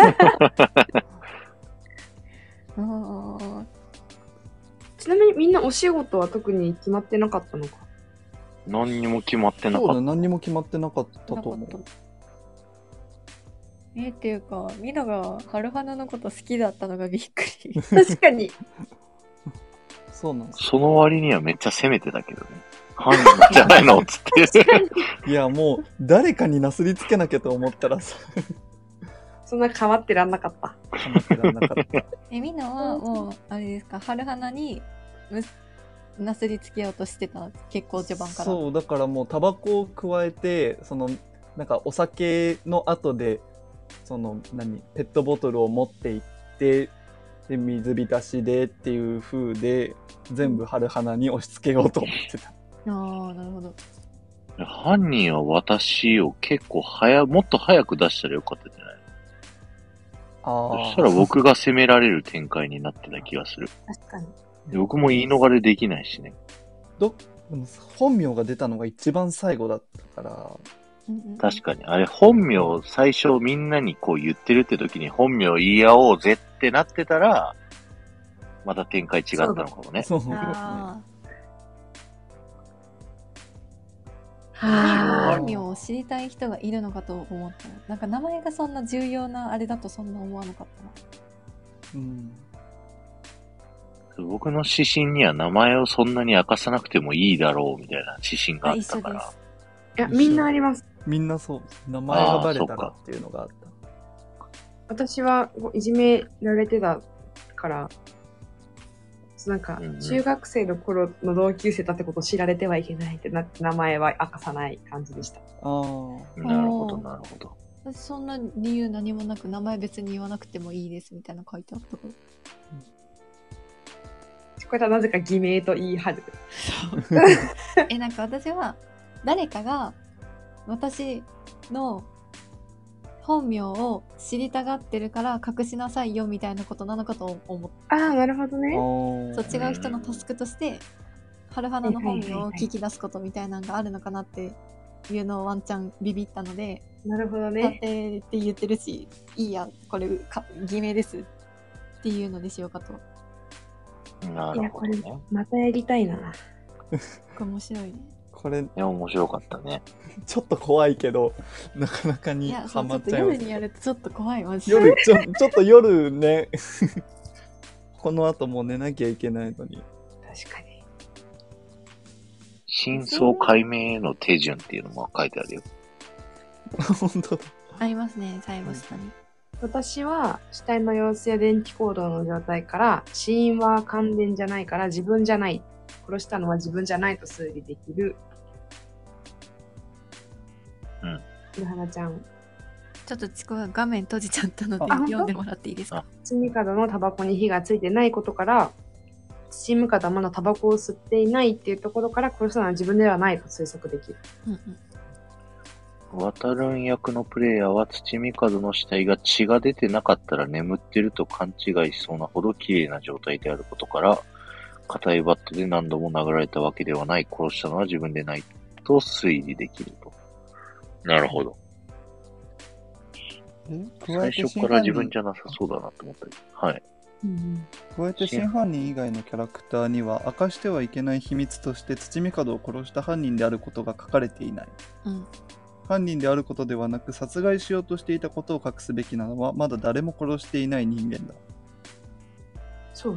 S4: ちなみにみんなお仕事は特に決まってなかったのか？
S1: 何にも決まってなかった。
S2: そうだ、何にも決まってなかったと思う。
S3: っていうか、ミノが春花のこと好きだったのがびっくり。
S4: 確かに。
S2: そうなんです。
S1: その割にはめっちゃ攻めてたけどね。犯人なんじゃないのっつって。
S2: いや、もう誰かになすりつけなきゃと思ったらさ。
S4: そんな変わってらんなかった。
S2: 変わってらんなかった。
S3: みんなはもう、あれですか、春花になすりつけようとしてた、結構序盤から。
S2: そう、だからもうタバコを加えて、なんかお酒の後で、ペットボトルを持って行って、で、水浸しでっていう風で、全部春花に押し付けようと思ってた。
S3: ああ、なるほど。
S1: 犯人は私を結構もっと早く出したらよかったんじゃない？そしたら僕が責められる展開になってた気がする。
S4: 確かに。
S1: 僕も言い逃れできないしね。
S2: でも本名が出たのが一番最後だったから。
S1: 確かに。あれ、本名最初みんなにこう言ってるって時に本名言い合おうぜってなってたら、また展開違ったのかもね。
S2: そう
S3: 本名を知りたい人がいるのかと思った。なんか名前がそんな重要なあれだとそんな思わなかったな。
S1: 僕の指針には名前をそんなに明かさなくてもいいだろうみたいな指針があったから。
S4: いや、みんなあります。
S2: みんなそう。名前がバレたらっていうのがあった。
S4: 私はいじめられてたから、なんか、中学生の頃の同級生だってことを知られてはいけないってなって名前は明かさない感じでした。
S1: なるほど、なるほど。
S3: 私そんな理由何もなく名前別に言わなくてもいいですみたいな書いてあったから。
S4: これはなぜか偽名と言い張る。
S3: なんか私は誰かが私の本名を知りたがってるから隠しなさいよみたいなことなのかと思って。
S4: ああ、なるほどね。
S3: そう、違う人のタスクとして春花の本名を聞き出すことみたいなのがあるのかなっていうのをワンチャンビビったので、
S4: なるほどね。
S3: だってって言ってるし、いいや、これ偽名ですっていうのでしようかと。
S1: なるほどね。
S4: いや、これまたやりたいな。
S3: これ面白いね。
S2: これ
S1: 面白かったね。
S2: ちょっと怖いけど、なかなかにハマっちゃいます。
S3: 夜にやるとちょっと怖い、マジで。
S2: ちょっと夜ね、この後もう寝なきゃいけないのに。
S4: 確かに。
S1: 真相解明への手順っていうのも書いてあるよ。
S2: 本当だ。
S3: ありますね、最後下に。
S4: 私は死体の様子や電気行動の状態から死因は感電じゃないから自分じゃない、殺したのは自分じゃないと推理できる。花ちゃん、
S3: ちょっと画面閉じちゃったので読んでもらっていいですか？
S4: 土見門のタバコに火がついてないことから、土見門はまだタバコを吸っていないっていうところから殺したのは自分ではないと推測できる。
S1: 渡るん役のプレイヤーは土見門の死体が血が出てなかったら眠ってると勘違いしそうなほど綺麗な状態であることから、硬いバットで何度も殴られたわけではない、殺したのは自分でないと推理できると。なるほど。最初から自分じゃなさそうだなと思ったり。はい。
S2: 加えて真犯人以外のキャラクターには明かしてはいけない秘密として土見門を殺した犯人であることが書かれていない。犯人であることではなく殺害しようとしていたことを隠すべきなのはまだ誰も殺していない人間だ。
S4: そう。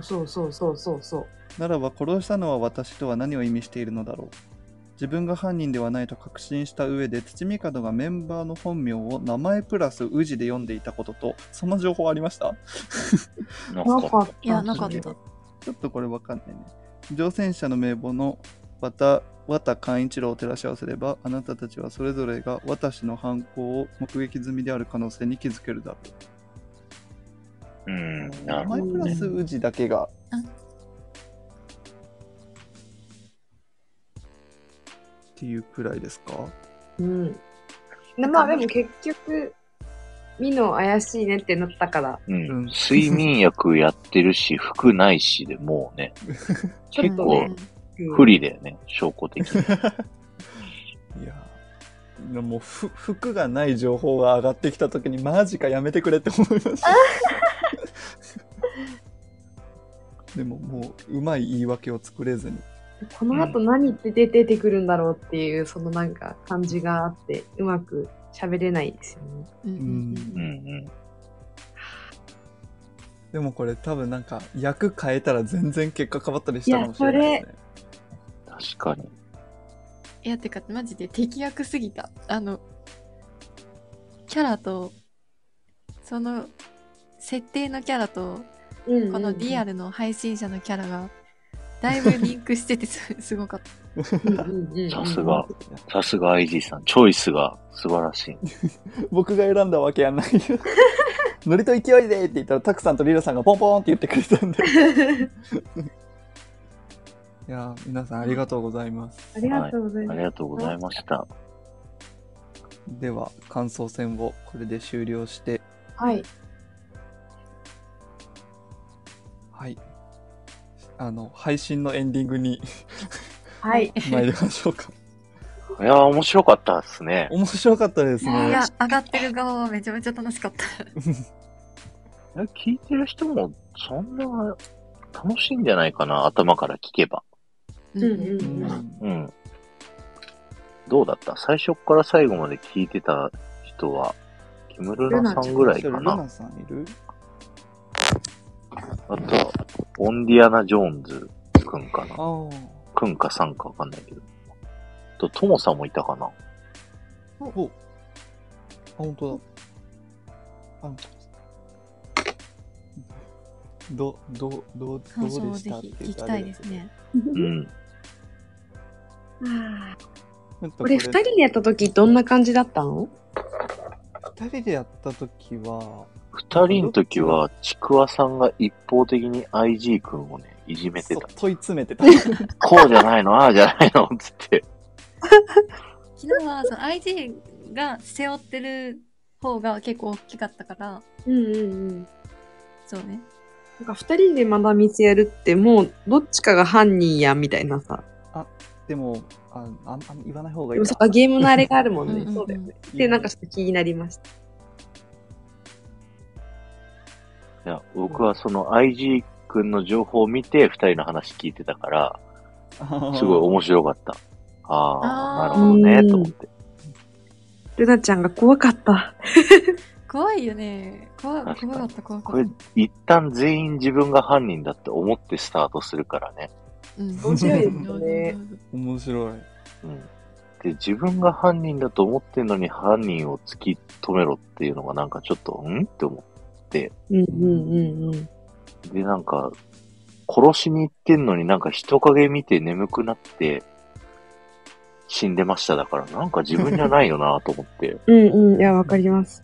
S2: ならば殺したのは私とは何を意味しているのだろう。自分が犯人ではないと確信した上で土見門がメンバーの本名を名前プラス氏で読んでいたことと、その情報ありました？
S4: なかった。
S3: いや、なかった。
S2: ちょっとこれわかんないね。乗船者の名簿の綿寛一郎を照らし合わせれば、あなたたちはそれぞれが私の犯行を目撃済みである可能性に気づけるだろう。
S1: なるほどね。
S2: 名前プラス氏だけが。っていうくらいですか？
S4: まあでも結局、ミノ怪しいねってなったから。
S1: 睡眠薬やってるし、服ないしでもうね、結構不利だよね、証拠的に。い
S2: や、もう服がない情報が上がってきたときにマジかやめてくれって思いました。でももううまい言い訳を作れずに。
S4: この後何って出てくるんだろうっていう、そのなんか感じがあって、うまく喋れないですよね。
S2: でもこれ多分なんか役変えたら全然結果変わったりしたかもしれないですね。
S1: 確かに。
S3: いや、てかマジで敵役すぎた。キャラとその設定のキャラと、このリアルの配信者のキャラがだいぶリンクしててすごかった。
S1: さすが IG さん、チョイスが素晴らしい。
S2: 僕が選んだわけやないよ。ノリと勢いでって言ったら、タクさんとリラさんがポンポンって言ってくれたんで。いや、皆さんありがとうございます。
S4: ありがとうございます。
S1: ありがとうございました。
S2: では、感想戦をこれで終了して。
S4: はい。
S2: はい。配信のエンディングに
S4: はい。
S2: 参りましょうか。
S1: いやー、面白かったですね。
S2: 面白かったですね。
S3: いや、上がってる側はめちゃめちゃ楽しかった。
S1: 聞いてる人もそんな楽しいんじゃないかな、頭から聞けば。
S4: うん。
S1: どうだった？最初から最後まで聞いてた人は、キムルナさんぐらいかな。
S2: ルナさんいる？
S1: あとは、オンディアナ・ジョーンズくんかな。くんかさんかわかんないけど。トモさんもいたかな。
S2: ほう。本当だ。どうでしたって
S3: 聞きたいですね。
S1: うん。
S4: これ2人でやった時どんな感じだったの
S2: ？2人でやった時は、
S1: 2人の時は、ちくわさんが一方的に IG 君をね、いじめてた。
S2: 問い詰めてた。
S1: こうじゃないの、ああじゃないの、つって。
S3: 昨日はその IG が背負ってる方が結構大きかったから。そうね。
S4: なんか2人でまだ店やるってもうどっちかが犯人やみたいなさ。
S2: でもあんま言わない方がいいな。
S4: ゲームのあれがあるもんね。そうだよね。で、なんかちょっと気になりました。
S1: いや、僕はその IG 君の情報を見て2人の話聞いてたから、すごい面白かった。なるほどね、と思って。
S4: ルナちゃんが怖かった。
S3: 怖いよね。怖かった。
S1: これ、一旦全員自分が犯人だって思ってスタートするからね。
S4: 面白いですよね。
S2: 面白い。
S1: で、自分が犯人だと思ってんのに犯人を突き止めろっていうのがなんかちょっと、って思って。で、なんか、殺しに行ってんのになんか人影見て眠くなって死んでましただから、なんか自分じゃないよなと思って。
S4: いや、わかります。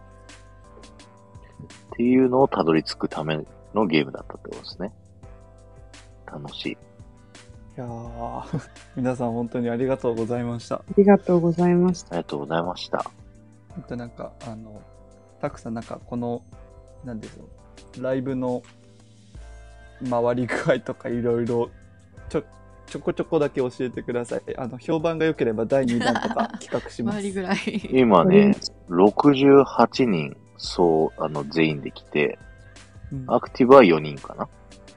S1: っていうのをたどり着くためのゲームだったってことですね。楽しい。い
S2: やー、皆さん本当にありがとうございました。
S4: ありがとうございました。
S1: ありがとうございました。
S2: なんか、たくさんなんかこの、なんでしょう、ライブの回り具合とかいろいろちょこちょこだけ教えてください。評判が良ければ第2弾とか企画します。
S3: 回りぐらい。
S1: 今ね、68人、全員で来て、アクティブは4人かな。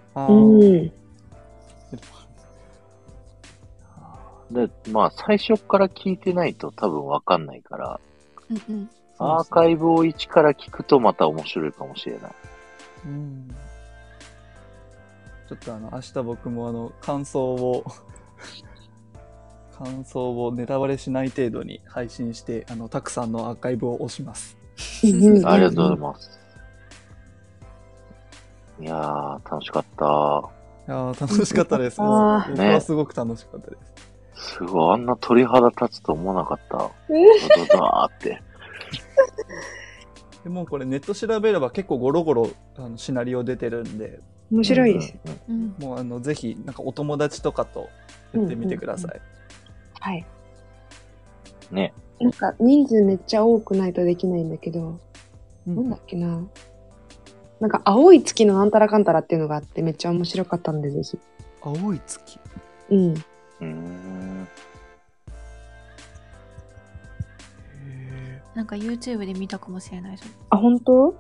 S1: で、まあ、最初から聞いてないと多分わかんないから、アーカイブを一から聞くとまた面白いかもしれない。
S2: ちょっと明日僕も感想をネタバレしない程度に配信して、たくさんのアーカイブを押します。
S1: ありがとうございます。いやー、楽しかった。
S2: 楽しかったです。僕はすごく楽しかったです。
S1: すごい、あんな鳥肌立つと思わなかった。ドドーって。
S2: でもこれネット調べれば結構ゴロゴロシナリオ出てるんで。
S4: 面白いです。
S2: もうぜひなんかお友達とかとやってみてください。
S4: はい。
S1: ね。
S4: なんか人数めっちゃ多くないとできないんだけど、なんだっけな。なんか青い月のなんたらかんたらっていうのがあってめっちゃ面白かったんでぜひ。
S2: 青い月。
S3: なんか YouTube で見たかもしれない。
S4: 本当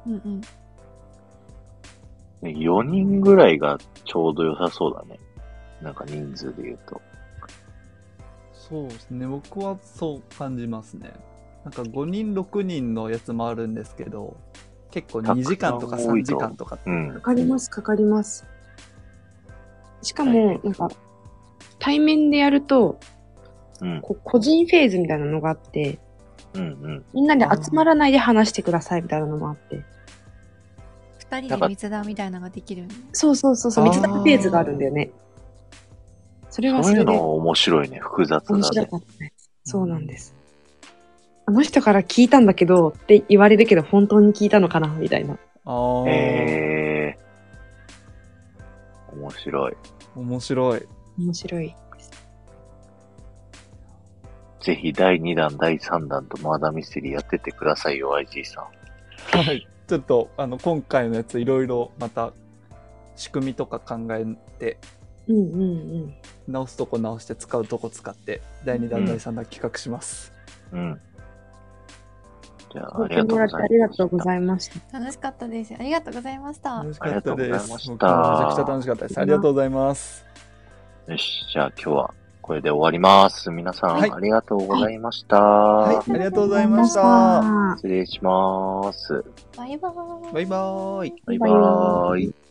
S1: ？4人ぐらいがちょうど良さそうだね。なんか人数で言うと。
S2: そうですね。僕はそう感じますね。なんか5人、6人のやつもあるんですけど、結構2時間とか3時間とか。
S4: かかります。しかも、なんか、対面でやると、個人フェーズみたいなのがあって、 みんなで集まらないで話してくださいみたいなのもあって。
S3: 二人で密談みたいなのができる。
S4: そうそうそう、密談ページがあるんだよね。それはそれで。
S1: そういうの面白いね、複雑だね。
S4: 面白かったね。そうなんです。あの人から聞いたんだけどって言われるけど、本当に聞いたのかなみたいな。
S1: 面白い。
S2: 面白い。
S4: 面白い。
S1: ぜひ第2弾、第3弾とマーダーミステリーやってってくださいよ、IG さん。
S2: はい。ちょっと、今回のやついろいろまた仕組みとか考えて、直すとこ直して使うとこ使って、第2弾、第3弾企画します。
S1: じゃあ、ありがとうございました。
S3: 楽しかったです。ありがとうございました。
S2: 楽しかったです。
S1: 僕もめちゃく
S2: ちゃ楽しかったです。ありがとうございます。
S1: よし、じゃあ今日はこれで終わります。皆さん、ありがとうございました。
S2: はい、ありがとうございました。
S1: 失礼します。
S3: バイバーイ。
S2: バイバーイ。
S1: バイバーイ。